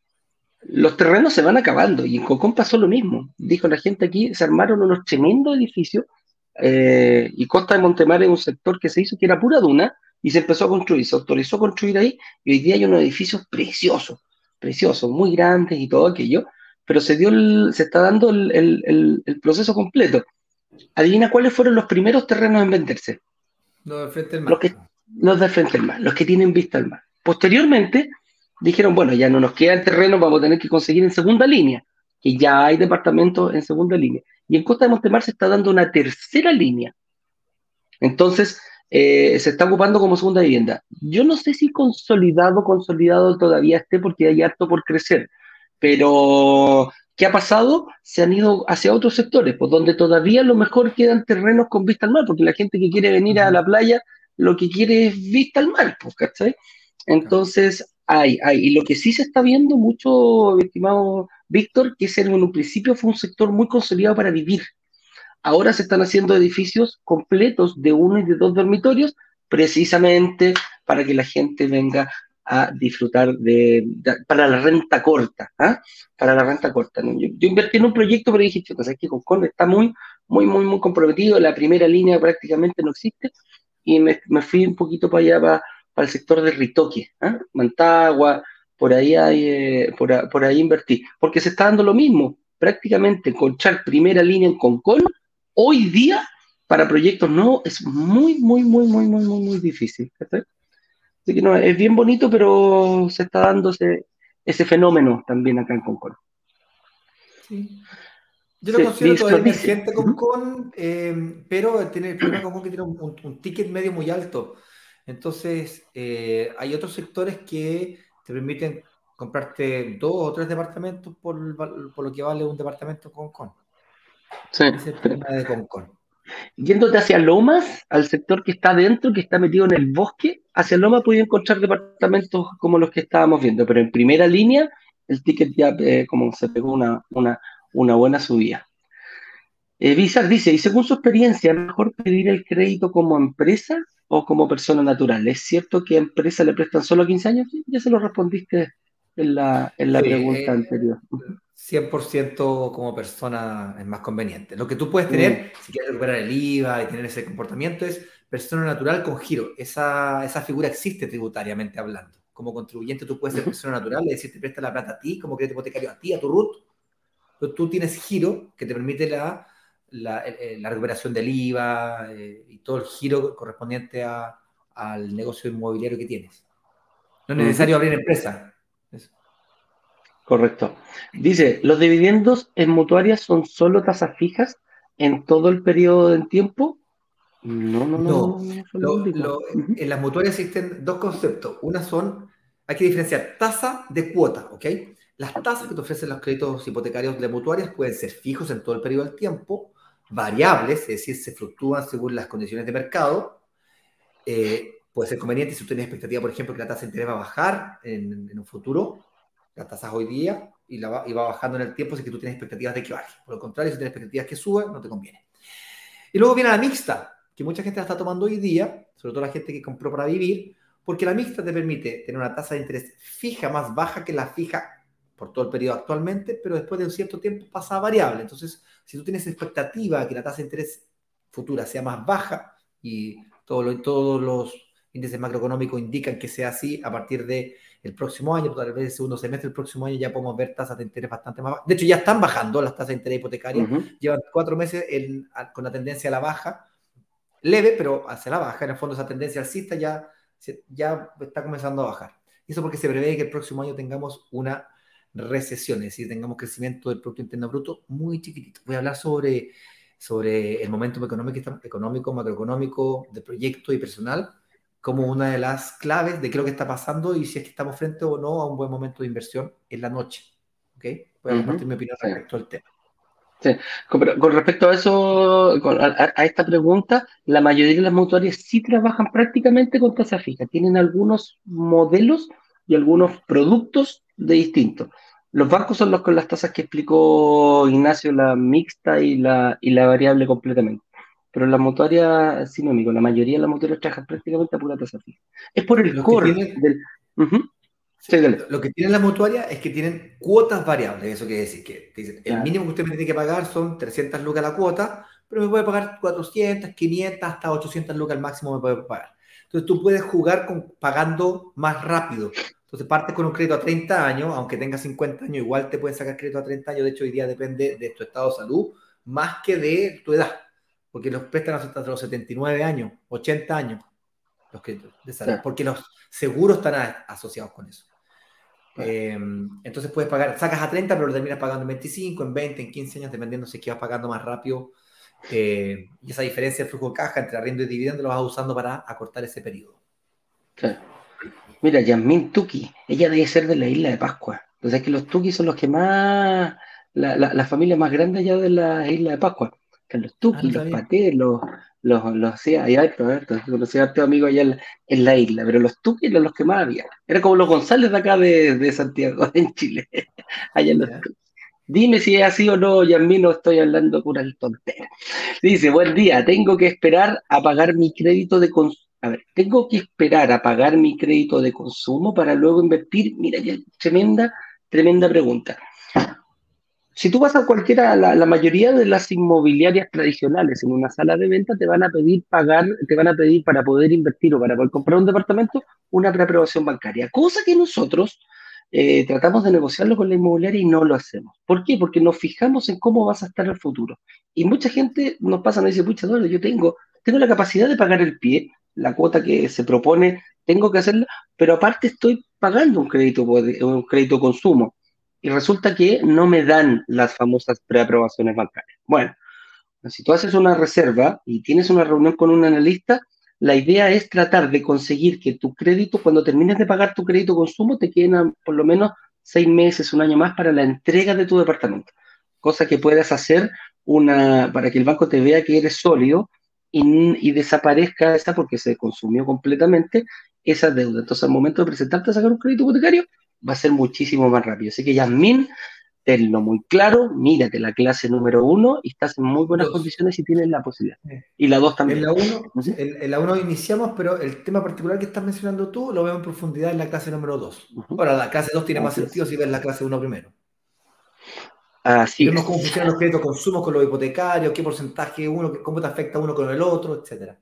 los terrenos se van acabando y en Concón pasó lo mismo. Dijo la gente aquí, se armaron unos tremendos edificios eh, y Costa de Montemar es un sector que se hizo que era pura duna y se empezó a construir, se autorizó a construir ahí y hoy día hay unos edificios preciosos, preciosos, muy grandes y todo aquello, pero se dio el- se está dando el, el- el- el proceso completo. Adivina cuáles fueron los primeros terrenos en venderse. No, de frente al Los mar. que, los de frente al mar, los que tienen vista al mar. Posteriormente dijeron, bueno, ya no nos queda el terreno, vamos a tener que conseguir en segunda línea, que ya hay departamentos en segunda línea. Y en Costa de Montemar se está dando una tercera línea. Entonces, eh, se está ocupando como segunda vivienda. Yo no sé si consolidado, consolidado todavía esté porque hay harto por crecer, pero ¿qué ha pasado? Se han ido hacia otros sectores, pues donde todavía a lo mejor quedan terrenos con vista al mar, porque la gente que quiere venir a Ujú. la playa lo que quiere es vista al mar, pues, ¿cachai? Claro. Entonces, hay, hay. Y lo que sí se está viendo mucho, estimado Víctor, que ese en un principio fue un sector muy consolidado para vivir. Ahora se están haciendo edificios completos de uno y de dos dormitorios, precisamente para que la gente venga a disfrutar de, de- para la renta corta, ¿ah? Para la renta corta, ¿no? Yo, yo invertí en un proyecto, pero dije, chicos, es que Concon está muy, muy, muy, muy comprometido, la primera línea prácticamente no existe, y me, me fui un poquito para allá, para, para el sector de Ritoque, ¿ah? Mantagua, por ahí, hay, eh, por, a- por ahí invertí, porque se está dando lo mismo, prácticamente encontrar primera línea en Concon hoy día para proyectos nuevos es muy, muy, muy, muy, muy, muy, muy difícil. ¿Cachai? Así que no, es bien bonito, pero se está dando ese, ese fenómeno también acá en Concord. Sí. Yo lo Sí, considero Vince todavía nos dice. emergente con Ujú. con, eh, pero tiene el problema con con que tiene un, un- un ticket medio muy alto. Entonces, eh, hay otros sectores que te permiten comprarte dos o tres departamentos por, el val- por lo que vale un departamento con con. Sí, Ese es el sí. problema de Concon. Yéndote hacia Lomas, al sector que está dentro, que está metido en el bosque, hacia Lomas podía encontrar departamentos como los que estábamos viendo, pero en primera línea el ticket ya eh, como se pegó una, una, una buena subida. Eh, Bizar dice, y según su experiencia, ¿es mejor pedir el crédito como empresa o como persona natural? ¿Es cierto que a empresas le prestan solo quince años? Sí, ya se lo respondiste en la, en la Sí, pregunta eh, anterior. Ujú. cien por ciento como persona es más conveniente. Lo que tú puedes Mm, tener, si quieres recuperar el I V A y tener ese comportamiento, es persona natural con giro. Esa, esa figura existe tributariamente hablando. Como contribuyente tú puedes ser ujú. persona natural, es decir, te presta la plata a ti, como crédito hipotecario a ti, a tu RUT, pero tú tienes giro que te permite la, la, eh, la recuperación del I V A eh, y todo el giro correspondiente a, al negocio inmobiliario que tienes. No es Ujú. necesario abrir empresa. Eso. Correcto. Dice, ¿los dividendos en mutuarias son solo tasas fijas en todo el periodo de tiempo? No, no, no, no, No, no, no, eso lo lo, indica. lo, Ujú, en las mutuarias existen dos conceptos. Una son, hay que diferenciar tasa de cuota, ¿ok? Las tasas que te ofrecen los créditos hipotecarios de mutuarias pueden ser fijos en todo el periodo del tiempo, variables, es decir, se fluctúan según las condiciones de mercado. Eh, puede ser conveniente si tú tienes expectativa, por ejemplo, que la tasa de interés va a bajar en, en un futuro, las tasas hoy día, y, la va, y va bajando en el tiempo si que tú tienes expectativas de que baje. Por el contrario, si tienes expectativas que suba, no te conviene. Y luego viene la mixta, que mucha gente la está tomando hoy día, sobre todo la gente que compró para vivir, porque la mixta te permite tener una tasa de interés fija más baja que la fija por todo el periodo actualmente, pero después de un cierto tiempo pasa a variable. Entonces, si tú tienes expectativa que la tasa de interés futura sea más baja y todo lo, todos los índices macroeconómicos indican que sea así a partir del de próximo año, tal vez el segundo semestre del próximo año ya podemos ver tasas de interés bastante más bajas. De hecho, ya están bajando las tasas de interés hipotecarias, ujú. llevan cuatro meses en, con la tendencia a la baja, leve, pero hacia la baja. En el fondo esa tendencia alcista ya, ya está comenzando a bajar. Y eso porque se prevé que el próximo año tengamos una recesión, es decir, tengamos crecimiento del Producto Interno Bruto muy chiquitito. Voy a hablar sobre, sobre el momento económico, económico, macroeconómico, de proyecto y personal, como una de las claves de qué es lo que está pasando y si es que estamos frente o no a un buen momento de inversión en la noche. ¿Okay? Voy a compartir Ujú. mi opinión Sí. respecto al tema. Sí. Con, pero con respecto a eso, con- a, a esta pregunta, la mayoría de las mutuarias sí trabajan prácticamente con tasa fija. Tienen algunos modelos y algunos productos de distintos. Los bancos son los con las tasas que explicó Ignacio, la mixta y la, y la variable completamente. Pero las mutuarias, sí, mi amigo, la mayoría de las mutuarias trabajan prácticamente a pura tasa fija. Es por el Los que core tienen, del... Ujú. sí, Sí, dale. lo que tienen las mutuarias es que tienen cuotas variables. Eso quiere decir que te dicen, el Claro. mínimo que usted me tiene que pagar son trescientas lucas la cuota, pero me puede pagar cuatrocientas, quinientas, hasta ochocientas lucas al máximo me puede pagar. Entonces tú puedes jugar con, pagando más rápido. Entonces partes con un crédito a treinta años, aunque tengas cincuenta años, igual te pueden sacar crédito a treinta años. De hecho, hoy día depende de tu estado de salud más que de tu edad, porque los prestan hasta los setenta y nueve años, ochenta años, los créditos de Sí, salud, porque los seguros están a, asociados con eso. claro. Eh, entonces puedes pagar, sacas a treinta, pero lo terminas pagando en veinticinco, en veinte, en quince años, dependiendo si es que vas pagando más rápido. Eh, y esa diferencia de flujo de caja entre arriendo y dividendo lo vas usando para acortar ese periodo. Sí. Mira, Yasmín Tuki, ella debe ser de la isla de Pascua. Entonces, que los Tuki son los que más, la, la, la familia más grande allá de la isla de Pascua. Que los Ah, Tuki, no los sabía. Paté, los, los, los, sí, allá hay, Roberto, conocí a este amigo allá en la, en la isla, pero los Tuki eran los que más había. Era como los González de acá de, de Santiago, en Chile. Allá los Ya. Tuki. Dime si es así o no, Yasmín, no estoy hablando pura tontera. Dice, buen día, tengo que esperar a pagar mi crédito de consumo. A ver, tengo que esperar a pagar mi crédito de consumo para luego invertir. Mira, ya, tremenda, tremenda pregunta. Si tú vas a cualquiera, la, la mayoría de las inmobiliarias tradicionales en una sala de venta te van a pedir pagar, te van a pedir para poder invertir o para poder comprar un departamento una preaprobación bancaria, cosa que nosotros eh, tratamos de negociarlo con la inmobiliaria y no lo hacemos. ¿Por qué? Porque nos fijamos en cómo vas a estar en el futuro. Y mucha gente nos pasa, nos dice, pucha, Eduardo, yo tengo, tengo la capacidad de pagar el pie, la cuota que se propone, tengo que hacerla, pero aparte estoy pagando un crédito, un crédito consumo y resulta que no me dan las famosas preaprobaciones bancarias. Bueno, si tú haces una reserva y tienes una reunión con un analista, la idea es tratar de conseguir que tu crédito, cuando termines de pagar tu crédito consumo, te queden por lo menos seis meses, un año más para la entrega de tu departamento. Cosa que puedas hacer una, para que el banco te vea que eres sólido y, y desaparezca esa porque se consumió completamente esa deuda. Entonces, al momento de presentarte a sacar un crédito hipotecario, va a ser muchísimo más rápido. Así que, Yasmín, tenlo muy claro, mírate la clase número uno y estás en muy buenas Dos. condiciones y tienes la posibilidad. Eh, Y la dos En también. la uno, Ujú, en, en la uno iniciamos, pero el tema particular que estás mencionando tú lo veo en profundidad en la clase número dos. ujú. Ahora, la clase dos tiene más Así sentido es. si ves la clase uno primero. Y Así vemos es. cómo funcionan los créditos consumo con los hipotecarios, qué porcentaje uno, cómo te afecta uno con el otro, etcétera.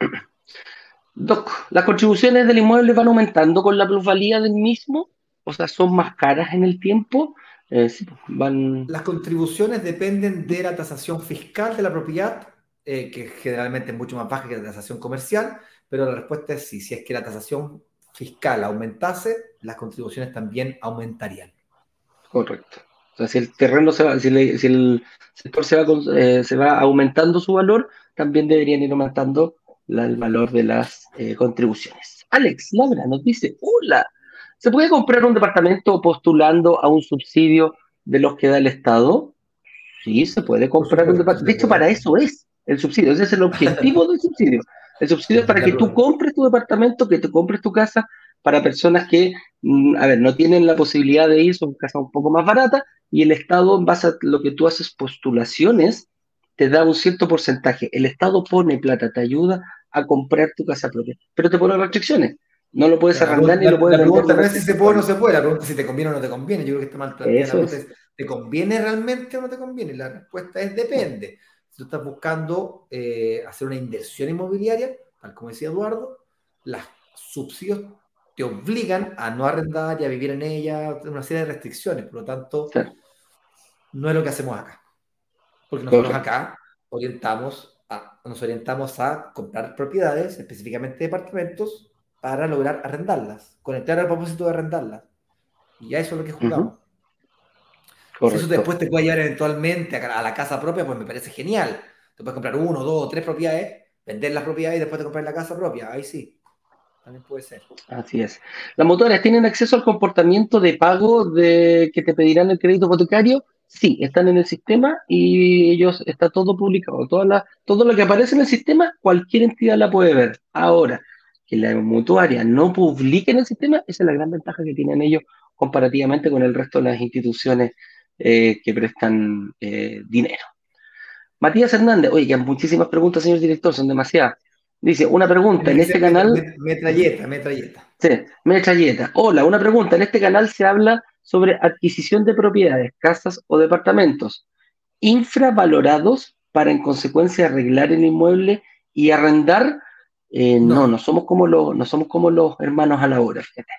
Doc, ¿las contribuciones del inmueble van aumentando con la plusvalía del mismo? O sea, ¿son más caras en el tiempo? Eh, sí, pues, van... Las contribuciones dependen de la tasación fiscal de la propiedad, eh, que generalmente es mucho más baja que la tasación comercial, pero la respuesta es sí, si es que la tasación fiscal aumentase, las contribuciones también aumentarían. Correcto. O sea, si el terreno se va, si, le- si el sector se va, con- eh, se va aumentando su valor, también deberían ir aumentando la- el valor de las eh, contribuciones. Alex Laura nos dice, hola, ¿se puede comprar un departamento postulando a un subsidio de los que da el Estado? Sí, se puede Por comprar un supuesto, departamento. De se hecho, para puede. eso es el subsidio. Ese es el objetivo del subsidio. El subsidio es para que tú Arrendarlo. compres tu departamento, que te compres tu casa para personas que, mm, a ver, no tienen la posibilidad de ir, son casas un poco más baratas, y el Estado, en base a lo que tú haces postulaciones, te da un cierto porcentaje. El Estado pone plata, te ayuda a comprar tu casa propia, pero te pone restricciones. No lo puedes Claro, la, arrendar pregunta, ni lo la- puedes la vender pregunta no menos es de si se cinco puede o no años. se puede, la pregunta es si te conviene o no te conviene. Yo creo que está mal planteada. La Eso pregunta es. es, ¿te conviene realmente o no te conviene? La respuesta es depende. Si tú estás buscando eh, hacer una inversión inmobiliaria, tal como decía Eduardo, los subsidios te obligan a no arrendar y a vivir en ella, una serie de restricciones. Por lo tanto, Claro, no es lo que hacemos acá. Porque nosotros correcto. acá orientamos a, nos orientamos a comprar propiedades, específicamente departamentos, para lograr arrendarlas, con el claro propósito de arrendarlas. Y a eso es lo que Ujú, jugamos. Si eso correcto. después te puede llevar eventualmente a, a la casa propia, pues me parece genial. Te puedes comprar uno, dos, tres propiedades, vender las propiedades y después te comprar la casa propia. Ahí sí, también puede ser. Así es. ¿Las mutuarias tienen acceso al comportamiento de pago de que te pedirán el crédito hipotecario? Sí, están en el sistema y ellos está todo publicado. Toda la, todo lo que aparece en el sistema, cualquier entidad la puede ver. Ahora, que la mutuaria no publique en el sistema, esa es la gran ventaja que tienen ellos comparativamente con el resto de las instituciones eh, que prestan eh, dinero. Matías Hernández, oye, que hay muchísimas preguntas, señor director, son demasiadas. Dice, una pregunta, Tiene en que este ser metra- canal. met- Ujú. metralleta, metralleta. Sí, metralleta. Hola, una pregunta. En este canal se habla sobre adquisición de propiedades, casas o departamentos infravalorados para en consecuencia arreglar el inmueble y arrendar. Eh, no, no No, somos como los, no somos como los hermanos a la obra, fíjate.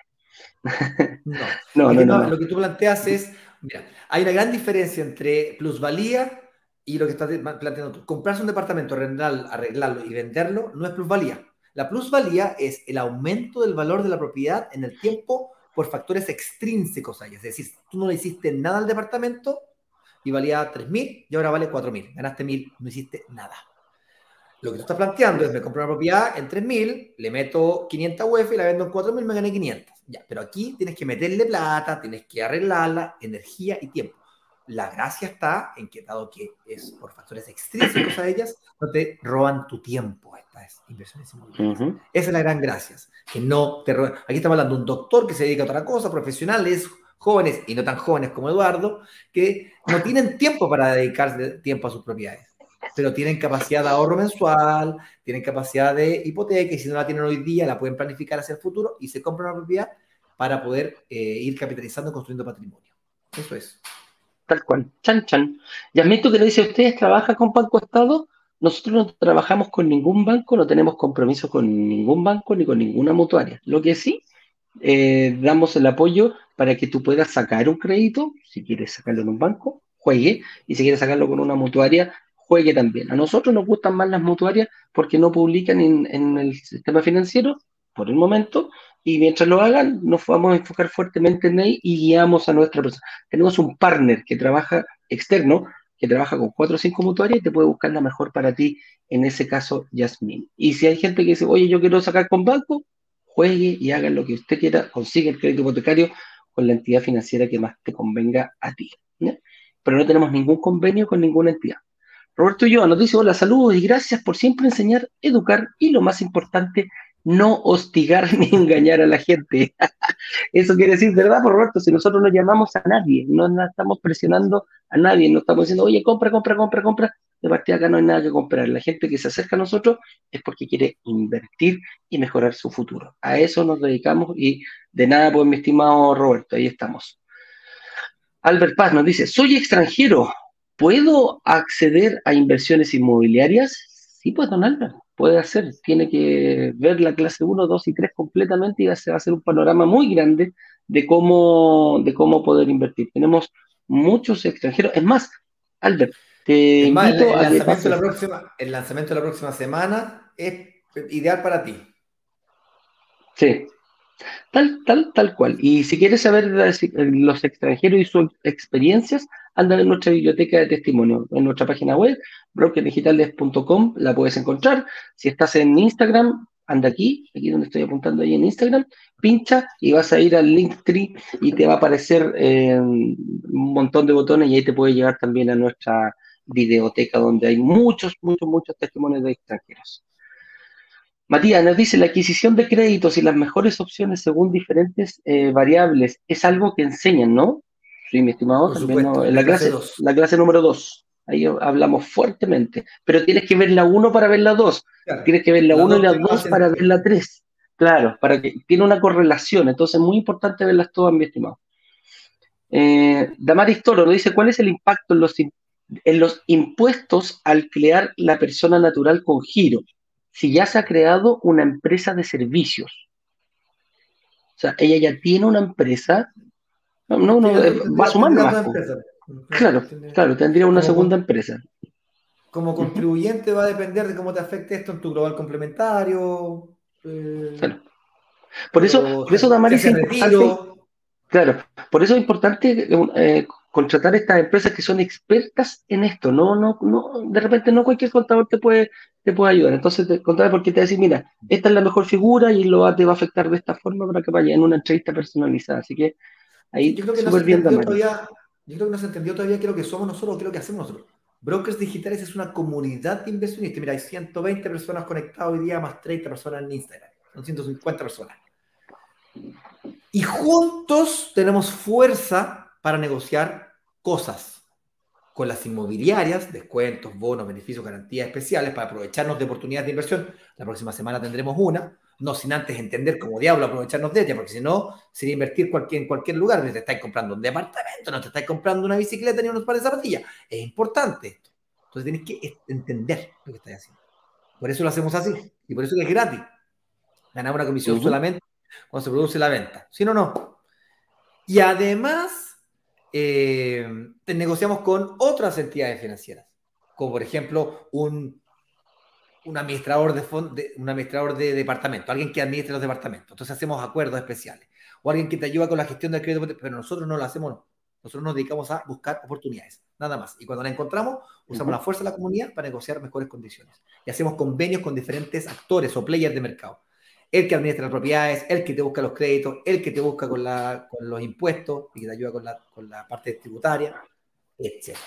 no. No, no, Aquí no, no, lo no. que tú planteas es, mira, hay una gran diferencia entre plusvalía y lo que estás planteando tú. Comprarse un departamento, arrendar- arreglarlo y venderlo no es plusvalía. La plusvalía es el aumento del valor de la propiedad en el tiempo por factores extrínsecos a ella. Es decir, tú no le hiciste nada al departamento y valía tres mil y ahora vale cuatro mil. Ganaste mil, no hiciste nada. Lo que tú estás planteando es, me compro una propiedad en tres mil, le meto quinientas U F y la vendo en cuatro mil, me gané quinientas. Ya, pero aquí tienes que meterle plata, tienes que arreglarla, energía y tiempo. La gracia está en que, dado que es por factores extrínsecos a ellas, no te roban tu tiempo estas inversiones inmobiliarias. Ujú, Esa es la gran gracia, que no te roban. Aquí estamos hablando de un doctor que se dedica a otra cosa, profesionales, jóvenes y no tan jóvenes como Eduardo, que no tienen tiempo para dedicarse tiempo a sus propiedades, pero tienen capacidad de ahorro mensual, tienen capacidad de hipoteca y si no la tienen hoy día la pueden planificar hacia el futuro y se compran una propiedad para poder eh, ir capitalizando, construyendo patrimonio. Eso es. tal cual. Chan, chan. Y admito que le dice, ¿ustedes trabajan con Banco Estado? Nosotros no trabajamos con ningún banco, no tenemos compromiso con ningún banco ni con ninguna mutuaria. Lo que sí eh, damos el apoyo para que tú puedas sacar un crédito, si quieres sacarlo en un banco, juegue, y si quieres sacarlo con una mutuaria, juegue también. A nosotros nos gustan más las mutuarias porque no publican en, en el sistema financiero por el momento, y mientras lo hagan, nos vamos a enfocar fuertemente en ahí y guiamos a nuestra persona. Tenemos un partner que trabaja externo, que trabaja con cuatro o cinco mutuarias y te puede buscar la mejor para ti, en ese caso, Yasmin. Y si hay gente que dice, oye, yo quiero sacar con banco, juegue y haga lo que usted quiera, consigue el crédito hipotecario con la entidad financiera que más te convenga a ti. ¿Ya? Pero no tenemos ningún convenio con ninguna entidad. Roberto Ulloa nos dice, hola, saludos y gracias por siempre enseñar, educar y lo más importante, no hostigar ni engañar a la gente. Eso quiere decir, ¿verdad, por Roberto? Si nosotros no llamamos a nadie, no, no estamos presionando a nadie, no estamos diciendo, oye, compra, compra, compra, compra, de partida acá no hay nada que comprar. La gente que se acerca a nosotros es porque quiere invertir y mejorar su futuro. A eso nos dedicamos y de nada, pues, mi estimado Roberto, ahí estamos. Albert Paz nos dice, soy extranjero, ¿puedo acceder a inversiones inmobiliarias? Sí, pues, don Albert, puede hacer. Tiene que ver la clase uno, dos y tres completamente y se va a hacer un panorama muy grande de cómo, de cómo poder invertir. Tenemos muchos extranjeros. Es más, Albert, te Es más, el, invito el a que lanzamiento de la pases. próxima, el lanzamiento de la próxima semana es ideal para ti. Sí, tal, tal, tal cual. Y si quieres saber las- los extranjeros y sus experiencias, anda en nuestra biblioteca de testimonio, en nuestra página web, broker digitales punto com, la puedes encontrar. Si estás en Instagram, anda aquí, aquí donde estoy apuntando ahí en Instagram, pincha y vas a ir al Linktree y te va a aparecer eh, un montón de botones y ahí te puede llevar también a nuestra videoteca donde hay muchos, muchos, muchos testimonios de extranjeros. Matías nos dice, la adquisición de créditos y las mejores opciones según diferentes eh, variables es algo que enseñan, ¿no? Sí, mi estimado, Por también ¿no? supuesto, En en la la clase clase, dos. la clase número dos, ahí hablamos fuertemente, pero tienes que ver la uno para ver la dos, Claro, tienes que ver la la uno y dos la tiene más dos para ver sentido. la tres, claro, para que tiene una correlación, entonces es muy importante verlas todas, mi estimado. Eh, Damaris Toro nos dice, ¿cuál es el impacto en los, in- en los impuestos al crear la persona natural con giro? Si ya se ha creado una empresa de servicios. O sea, ella ya tiene una empresa, no, no, no, Tiene eh, dos- va a tendría, sumar tendría nomás, dos po. empresas. Claro, Claro, tiene- claro, tendría una como, segunda con- empresa. como Ujú, contribuyente va a depender de cómo te afecte esto en tu global complementario, eh, claro. Por eso, pero por si eso, hace, si Damaris, hace es importante. retiro, Claro, por eso es importante eh, contratar estas empresas que son expertas en esto. No, no, no, de repente no cualquier contador te puede, te puede ayudar. Entonces, te, contador porque te va a decir, mira, esta es la mejor figura y lo va, te va a afectar de esta forma para que vaya en una entrevista personalizada. Así que sí, yo ahí, creo que no se súper bien, entendió Damaris. todavía, yo creo que no se entendió todavía qué es lo que somos nosotros, qué es lo que hacemos nosotros. Brokers digitales es una comunidad de inversionistas. Mira, hay ciento veinte personas conectadas hoy día, más treinta personas en Instagram. Son ciento cincuenta personas. Y juntos tenemos fuerza para negociar cosas con las inmobiliarias, descuentos, bonos, beneficios, garantías especiales para aprovecharnos de oportunidades de inversión. La próxima semana tendremos una, no sin antes entender cómo diablo aprovecharnos de ella, porque si no, sería invertir cualquier, en cualquier lugar. Te estáis comprando un departamento, no te estáis comprando una bicicleta ni unos pares de zapatillas. Es importante esto. Entonces tienes que entender lo que estás haciendo. Por eso lo hacemos así. Y por eso es gratis. Ganamos una comisión Ujú. solamente cuando se produce la venta. Si no, no. Y además, eh, negociamos con otras entidades financieras, como por ejemplo un, un administrador de, fond, de, un administrador de departamento, alguien que administre los departamentos. Entonces hacemos acuerdos especiales. O alguien que te ayuda con la gestión del crédito, pero nosotros no lo hacemos. No. Nosotros nos dedicamos a buscar oportunidades, nada más. Y cuando la encontramos, usamos la Ujú. fuerza de la comunidad para negociar mejores condiciones. Y hacemos convenios con diferentes actores o players de mercado. El que administra las propiedades, el que te busca los créditos, el que te busca con, la, con los impuestos y que te ayuda con la, con la parte tributaria, etcétera.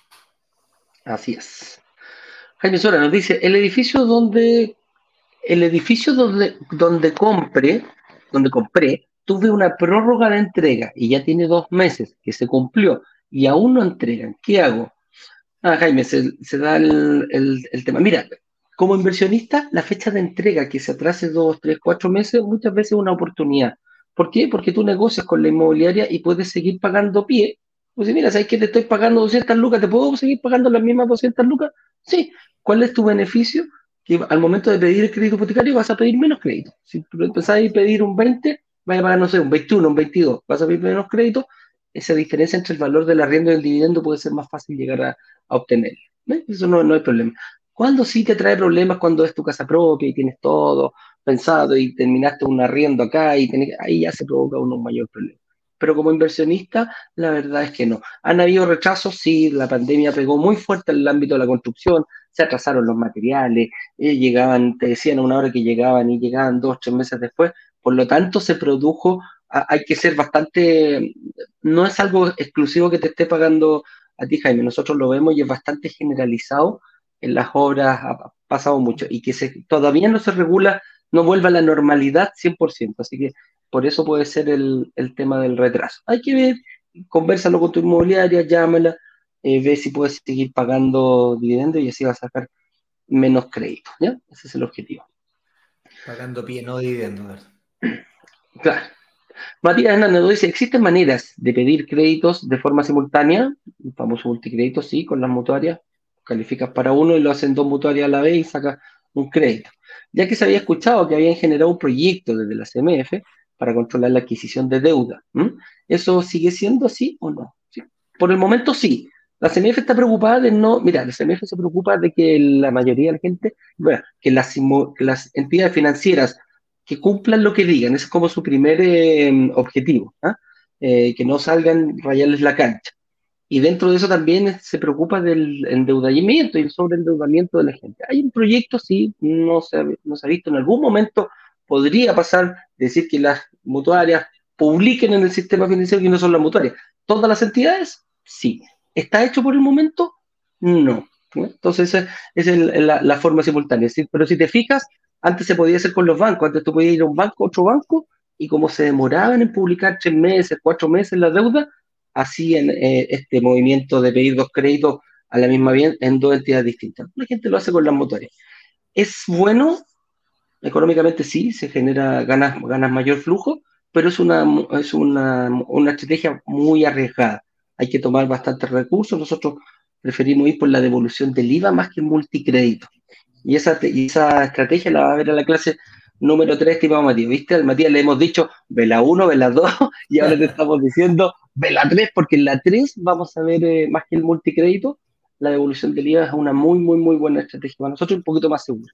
Así es. Jaime Sora nos dice, el edificio donde, el edificio donde, donde compré, donde compré, tuve una prórroga de entrega y ya tiene dos meses que se cumplió y aún no entregan. ¿Qué hago? Ah, Jaime, se, se da el, el, el tema. Mira, como inversionista, la fecha de entrega que se atrase dos, tres, cuatro meses, muchas veces es una oportunidad. ¿Por qué? Porque tú negocias con la inmobiliaria y puedes seguir pagando pie. Pues si mira, ¿sabes que te estoy pagando doscientas lucas? ¿Te puedo seguir pagando las mismas doscientas lucas? Sí. ¿Cuál es tu beneficio? Que al momento de pedir el crédito hipotecario vas a pedir menos crédito. Si tú empezás a pedir un veinte, vas a pagar, no sé, un veintiuno, un veintidós, vas a pedir menos crédito. Esa diferencia entre el valor del arriendo y el dividendo puede ser más fácil llegar a, a obtener. ¿Ves? Eso no, no hay problema. Cuando sí te trae problemas, cuando es tu casa propia y tienes todo pensado y terminaste un arriendo acá y tenés, ahí ya se provoca uno un mayor problema. Pero como inversionista, la verdad es que no. Han habido rechazos, sí, la pandemia pegó muy fuerte en el ámbito de la construcción, se atrasaron los materiales, eh, llegaban, te decían a una hora que llegaban y llegaban dos, tres meses después, por lo tanto se produjo, a, hay que ser bastante, no es algo exclusivo que te esté pagando a ti, Jaime, nosotros lo vemos y es bastante generalizado en las obras, ha pasado mucho, y que se, todavía no se regula no vuelva a la normalidad cien por ciento. Así que por eso puede ser el, el tema del retraso. Hay que ver, conversalo con tu inmobiliaria, llámala, eh, ve si puedes seguir pagando dividendos y así vas a sacar menos crédito, ¿ya? Ese es el objetivo. Pagando pie, no dividendo. A ver. Claro. Matías Hernández nos dice, ¿existen maneras de pedir créditos de forma simultánea? El famoso multicrédito, sí, con las mutuarias. Calificas para uno y lo hacen dos mutuarias a la vez y sacas un crédito. Ya que se había escuchado que habían generado un proyecto desde la C M F para controlar la adquisición de deuda. ¿Mm? ¿Eso sigue siendo así o no? Sí. Por el momento sí. La C M F está preocupada de no, mira, la C M F se preocupa de que la mayoría de la gente, bueno, que las, que las entidades financieras que cumplan lo que digan, ese es como su primer eh, objetivo, ¿ah? Eh, que no salgan rayarles la cancha. Y dentro de eso también se preocupa del endeudamiento y el sobreendeudamiento de la gente. Hay un proyecto, sí, no se, no se ha visto en algún momento, podría pasar, decir que las mutuarias publiquen en el sistema financiero que no son las mutuarias. ¿Todas las entidades? Sí. ¿Está hecho por el momento? No. ¿No? Entonces, esa es el, la, la, forma simultánea. ¿Sí? Pero si te fijas, antes se podía hacer con los bancos. Antes tú podías ir a un banco, a otro banco, y como se demoraban en publicar tres meses, cuatro meses la deuda, hacían eh, este movimiento de pedir dos créditos a la misma vez en dos entidades distintas. La gente lo hace con las mutuarias. ¿Es bueno? Económicamente sí, se genera ganas, ganas mayor flujo, pero es una, es una, una estrategia muy arriesgada. Hay que tomar bastantes recursos. Nosotros preferimos ir por la devolución del I V A más que el multicrédito. Y esa, y esa estrategia la va a ver a la clase número tres, estimado Matías. ¿Viste? Al Matías le hemos dicho vela uno, vela dos, y ahora te estamos diciendo vela tres, porque en la tres vamos a ver eh, más que el multicrédito, la devolución del I V A es una muy, muy, muy buena estrategia para nosotros, un poquito más segura.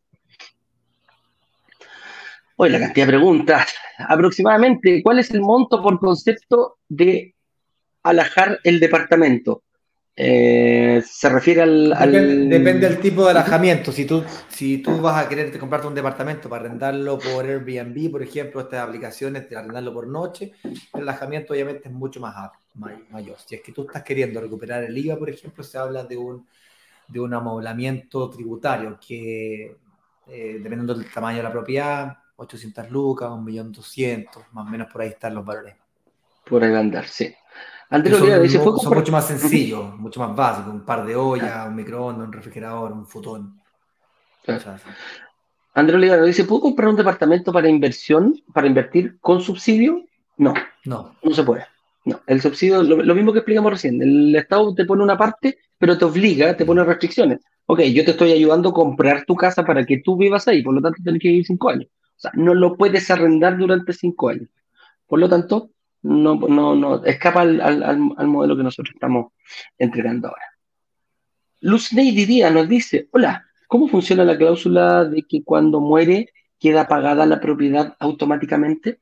Hoy la cantidad de preguntas. Aproximadamente, ¿cuál es el monto por concepto de alajar el departamento? Eh, se refiere al... Depende, depende al... del tipo de alojamiento. Si tú, si tú vas a querer comprarte un departamento para arrendarlo por Airbnb, por ejemplo, estas aplicaciones de arrendarlo por noche, el alojamiento obviamente es mucho más mayor. Si es que tú estás queriendo recuperar el I V A, por ejemplo, se habla de un, de un amoblamiento tributario que, eh, dependiendo del tamaño de la propiedad, ochocientas lucas, un millón doscientos, más o menos por ahí están los valores. Por ahí andar, sí. Que Andrés Olivera dice, son, ¿fue son mucho más uh-huh. sencillos, mucho más básicos, un par de ollas, un microondas, un refrigerador, un futón, Claro. cosas así. Andrés Olivera dice, ¿puedo comprar un departamento para inversión, para invertir con subsidio? No, No. no se puede. No, el subsidio, lo, lo mismo que explicamos recién, el Estado te pone una parte, pero te obliga, te pone restricciones. Ok, yo te estoy ayudando a comprar tu casa para que tú vivas ahí, por lo tanto tienes que vivir cinco años. O sea, no lo puedes arrendar durante cinco años. Por lo tanto, no, no, no escapa al, al, al modelo que nosotros estamos entregando ahora. Luz Ney Díaz nos dice, hola, ¿cómo funciona la cláusula de que cuando muere queda pagada la propiedad automáticamente?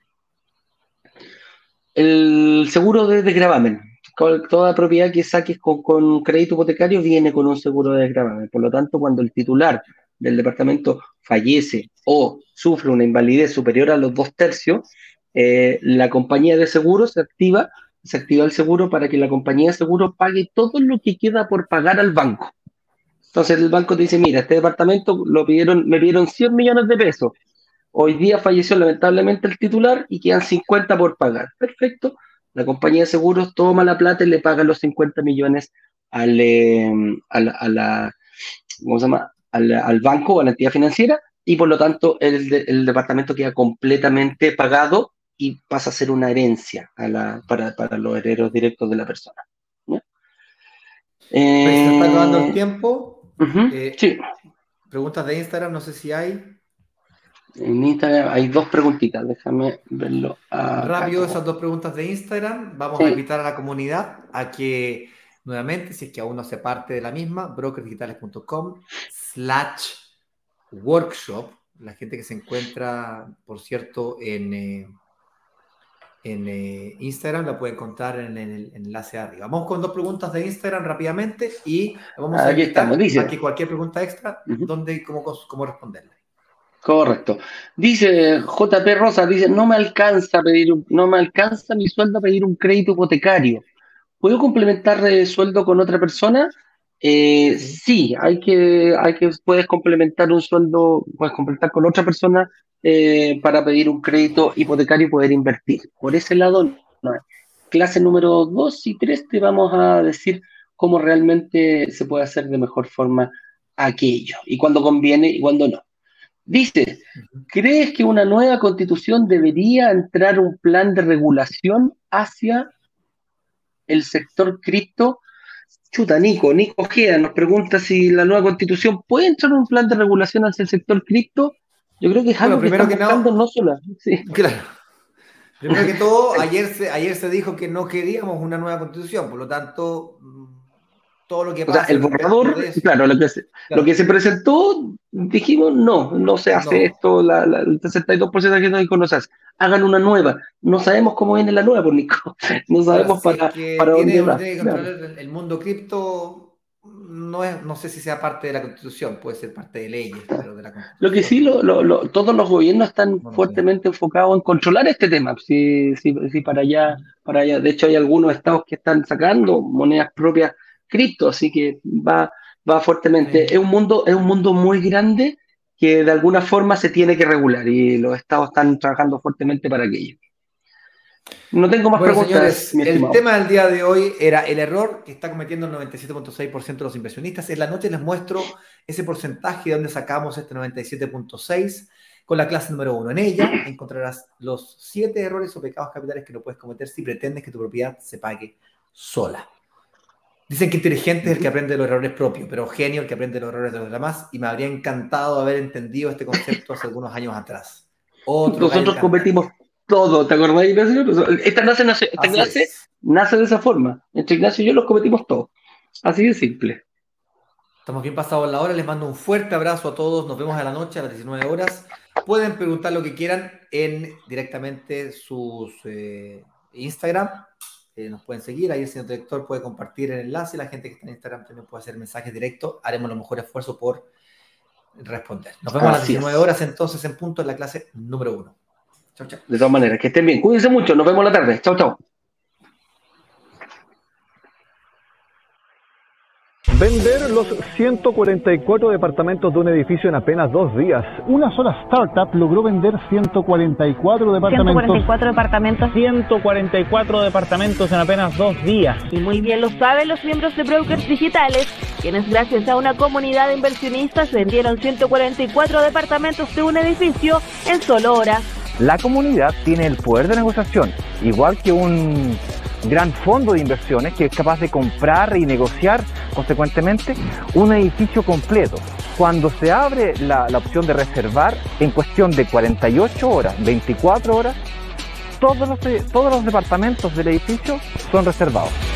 El seguro de desgravamen. Toda propiedad que saques con, con crédito hipotecario viene con un seguro de desgravamen. Por lo tanto, cuando el titular del departamento fallece o sufre una invalidez superior a los dos tercios, eh, la compañía de seguro se activa, se activa el seguro para que la compañía de seguro pague todo lo que queda por pagar al banco. Entonces el banco te dice, mira, este departamento lo pidieron, me pidieron cien millones de pesos. Hoy día falleció lamentablemente el titular y quedan cincuenta por pagar. Perfecto. La compañía de seguros toma la plata y le paga los cincuenta millones al, eh, a la, a la, ¿cómo se llama? Al, al banco o a la entidad financiera y por lo tanto el, el departamento queda completamente pagado y pasa a ser una herencia a la, para, para los herederos directos de la persona. ¿Ya? Oye, se nos está acabando el Eh, tiempo. uh-huh, Eh, sí. Preguntas de Instagram, no sé si hay. En Instagram hay dos preguntitas, déjame verlo acá. Rápido, esas dos preguntas de Instagram. Vamos a Sí. invitar a la comunidad a que, nuevamente, si es que aún no se parte de la misma, brokersdigitales.com slash workshop. La gente que se encuentra, por cierto, en, eh, en eh, Instagram la puede encontrar en el enlace de arriba. Vamos con dos preguntas de Instagram rápidamente y vamos a Aquí estamos, invitar a dice. que cualquier pregunta extra, Uh-huh. donde, cómo, cómo responderla. Correcto. Dice J P Rosa, dice, no me alcanza a pedir, un, no me alcanza mi sueldo a pedir un crédito hipotecario. ¿Puedo complementar eh, sueldo con otra persona? Eh, Sí. sí, hay que, hay que, puedes complementar un sueldo, puedes complementar con otra persona eh, para pedir un crédito hipotecario y poder invertir. Por ese lado, no. Clase número dos y tres te vamos a decir cómo realmente se puede hacer de mejor forma aquello, y cuándo conviene y cuándo no. Dice, ¿crees que una nueva constitución debería entrar un plan de regulación hacia el sector cripto? Chuta, Nico, Nico Gea nos pregunta si la nueva constitución puede entrar un plan de regulación hacia el sector cripto. Yo creo que es Bueno, algo que primero están que buscando no, no solo. Sí. claro. Primero que todo, ayer se, ayer se dijo que no queríamos una nueva constitución, por lo tanto, todo lo que O sea, pase el respecto borrador, de eso, claro, lo que se, claro, lo que se presentó, dijimos, no, no se hace no. esto, la, la, el sesenta y dos por ciento de la gente dijo, no se hace. Hagan una nueva. No sabemos cómo viene la nueva, por Nico. No Ahora, sabemos si es para, que para tiene, dónde uno va. tiene que Claro. controlar el, el mundo cripto, no, es, no sé si sea parte de la constitución, puede ser parte de leyes, pero de la Lo que sí, constitución lo, lo, lo, todos los gobiernos están no lo sé. fuertemente enfocados en controlar este tema. Sí, sí, sí, para allá, para allá. De hecho, hay algunos estados que están sacando monedas propias cripto, así que va, va fuertemente. Sí. Es un mundo, es un mundo muy grande que de alguna forma se tiene que regular y los estados están trabajando fuertemente para aquello. No tengo más Bueno, preguntas, señores, mi el estimado. tema del día de hoy era el error que está cometiendo el noventa y siete punto seis por ciento de los inversionistas. En la noche les muestro ese porcentaje de donde sacamos este noventa y siete punto seis con la clase número uno. En ella encontrarás los siete errores o pecados capitales que no puedes cometer si pretendes que tu propiedad se pague sola. Dicen que inteligente es el que aprende de los errores propios, pero genio el que aprende de los errores de los demás, y me habría encantado haber entendido este concepto hace algunos años atrás. Otro gallo Nosotros cantante. cometimos todo, ¿te acordás, Ignacio? Esta clase, nace, esta Así clase es. nace de esa forma. Entre Ignacio y yo los cometimos todos. Así de simple. Estamos bien pasados la hora, les mando un fuerte abrazo a todos, nos vemos a la noche a las diecinueve horas. Pueden preguntar lo que quieran en directamente sus eh, Instagram, eh, nos pueden seguir, ahí el señor director puede compartir el enlace, la gente que está en Instagram también puede hacer mensajes directos, haremos los mejores esfuerzos por responder. Nos vemos Así a las diecinueve horas entonces en punto en la clase número uno. Chau, chau. De todas maneras, que estén bien, cuídense mucho, nos vemos la tarde, chau, chau. Vender los ciento cuarenta y cuatro departamentos de un edificio en apenas dos días. Una sola startup logró vender ciento cuarenta y cuatro departamentos. ciento cuarenta y cuatro departamentos. ciento cuarenta y cuatro departamentos en apenas dos días. Y muy bien lo saben los miembros de Brokers Digitales, quienes gracias a una comunidad de inversionistas vendieron ciento cuarenta y cuatro departamentos de un edificio en solo horas. La comunidad tiene el poder de negociación, igual que un gran fondo de inversiones que es capaz de comprar y negociar consecuentemente un edificio completo. Cuando se abre la, la opción de reservar, en cuestión de cuarenta y ocho horas, veinticuatro horas, todos los, todos los departamentos del edificio son reservados.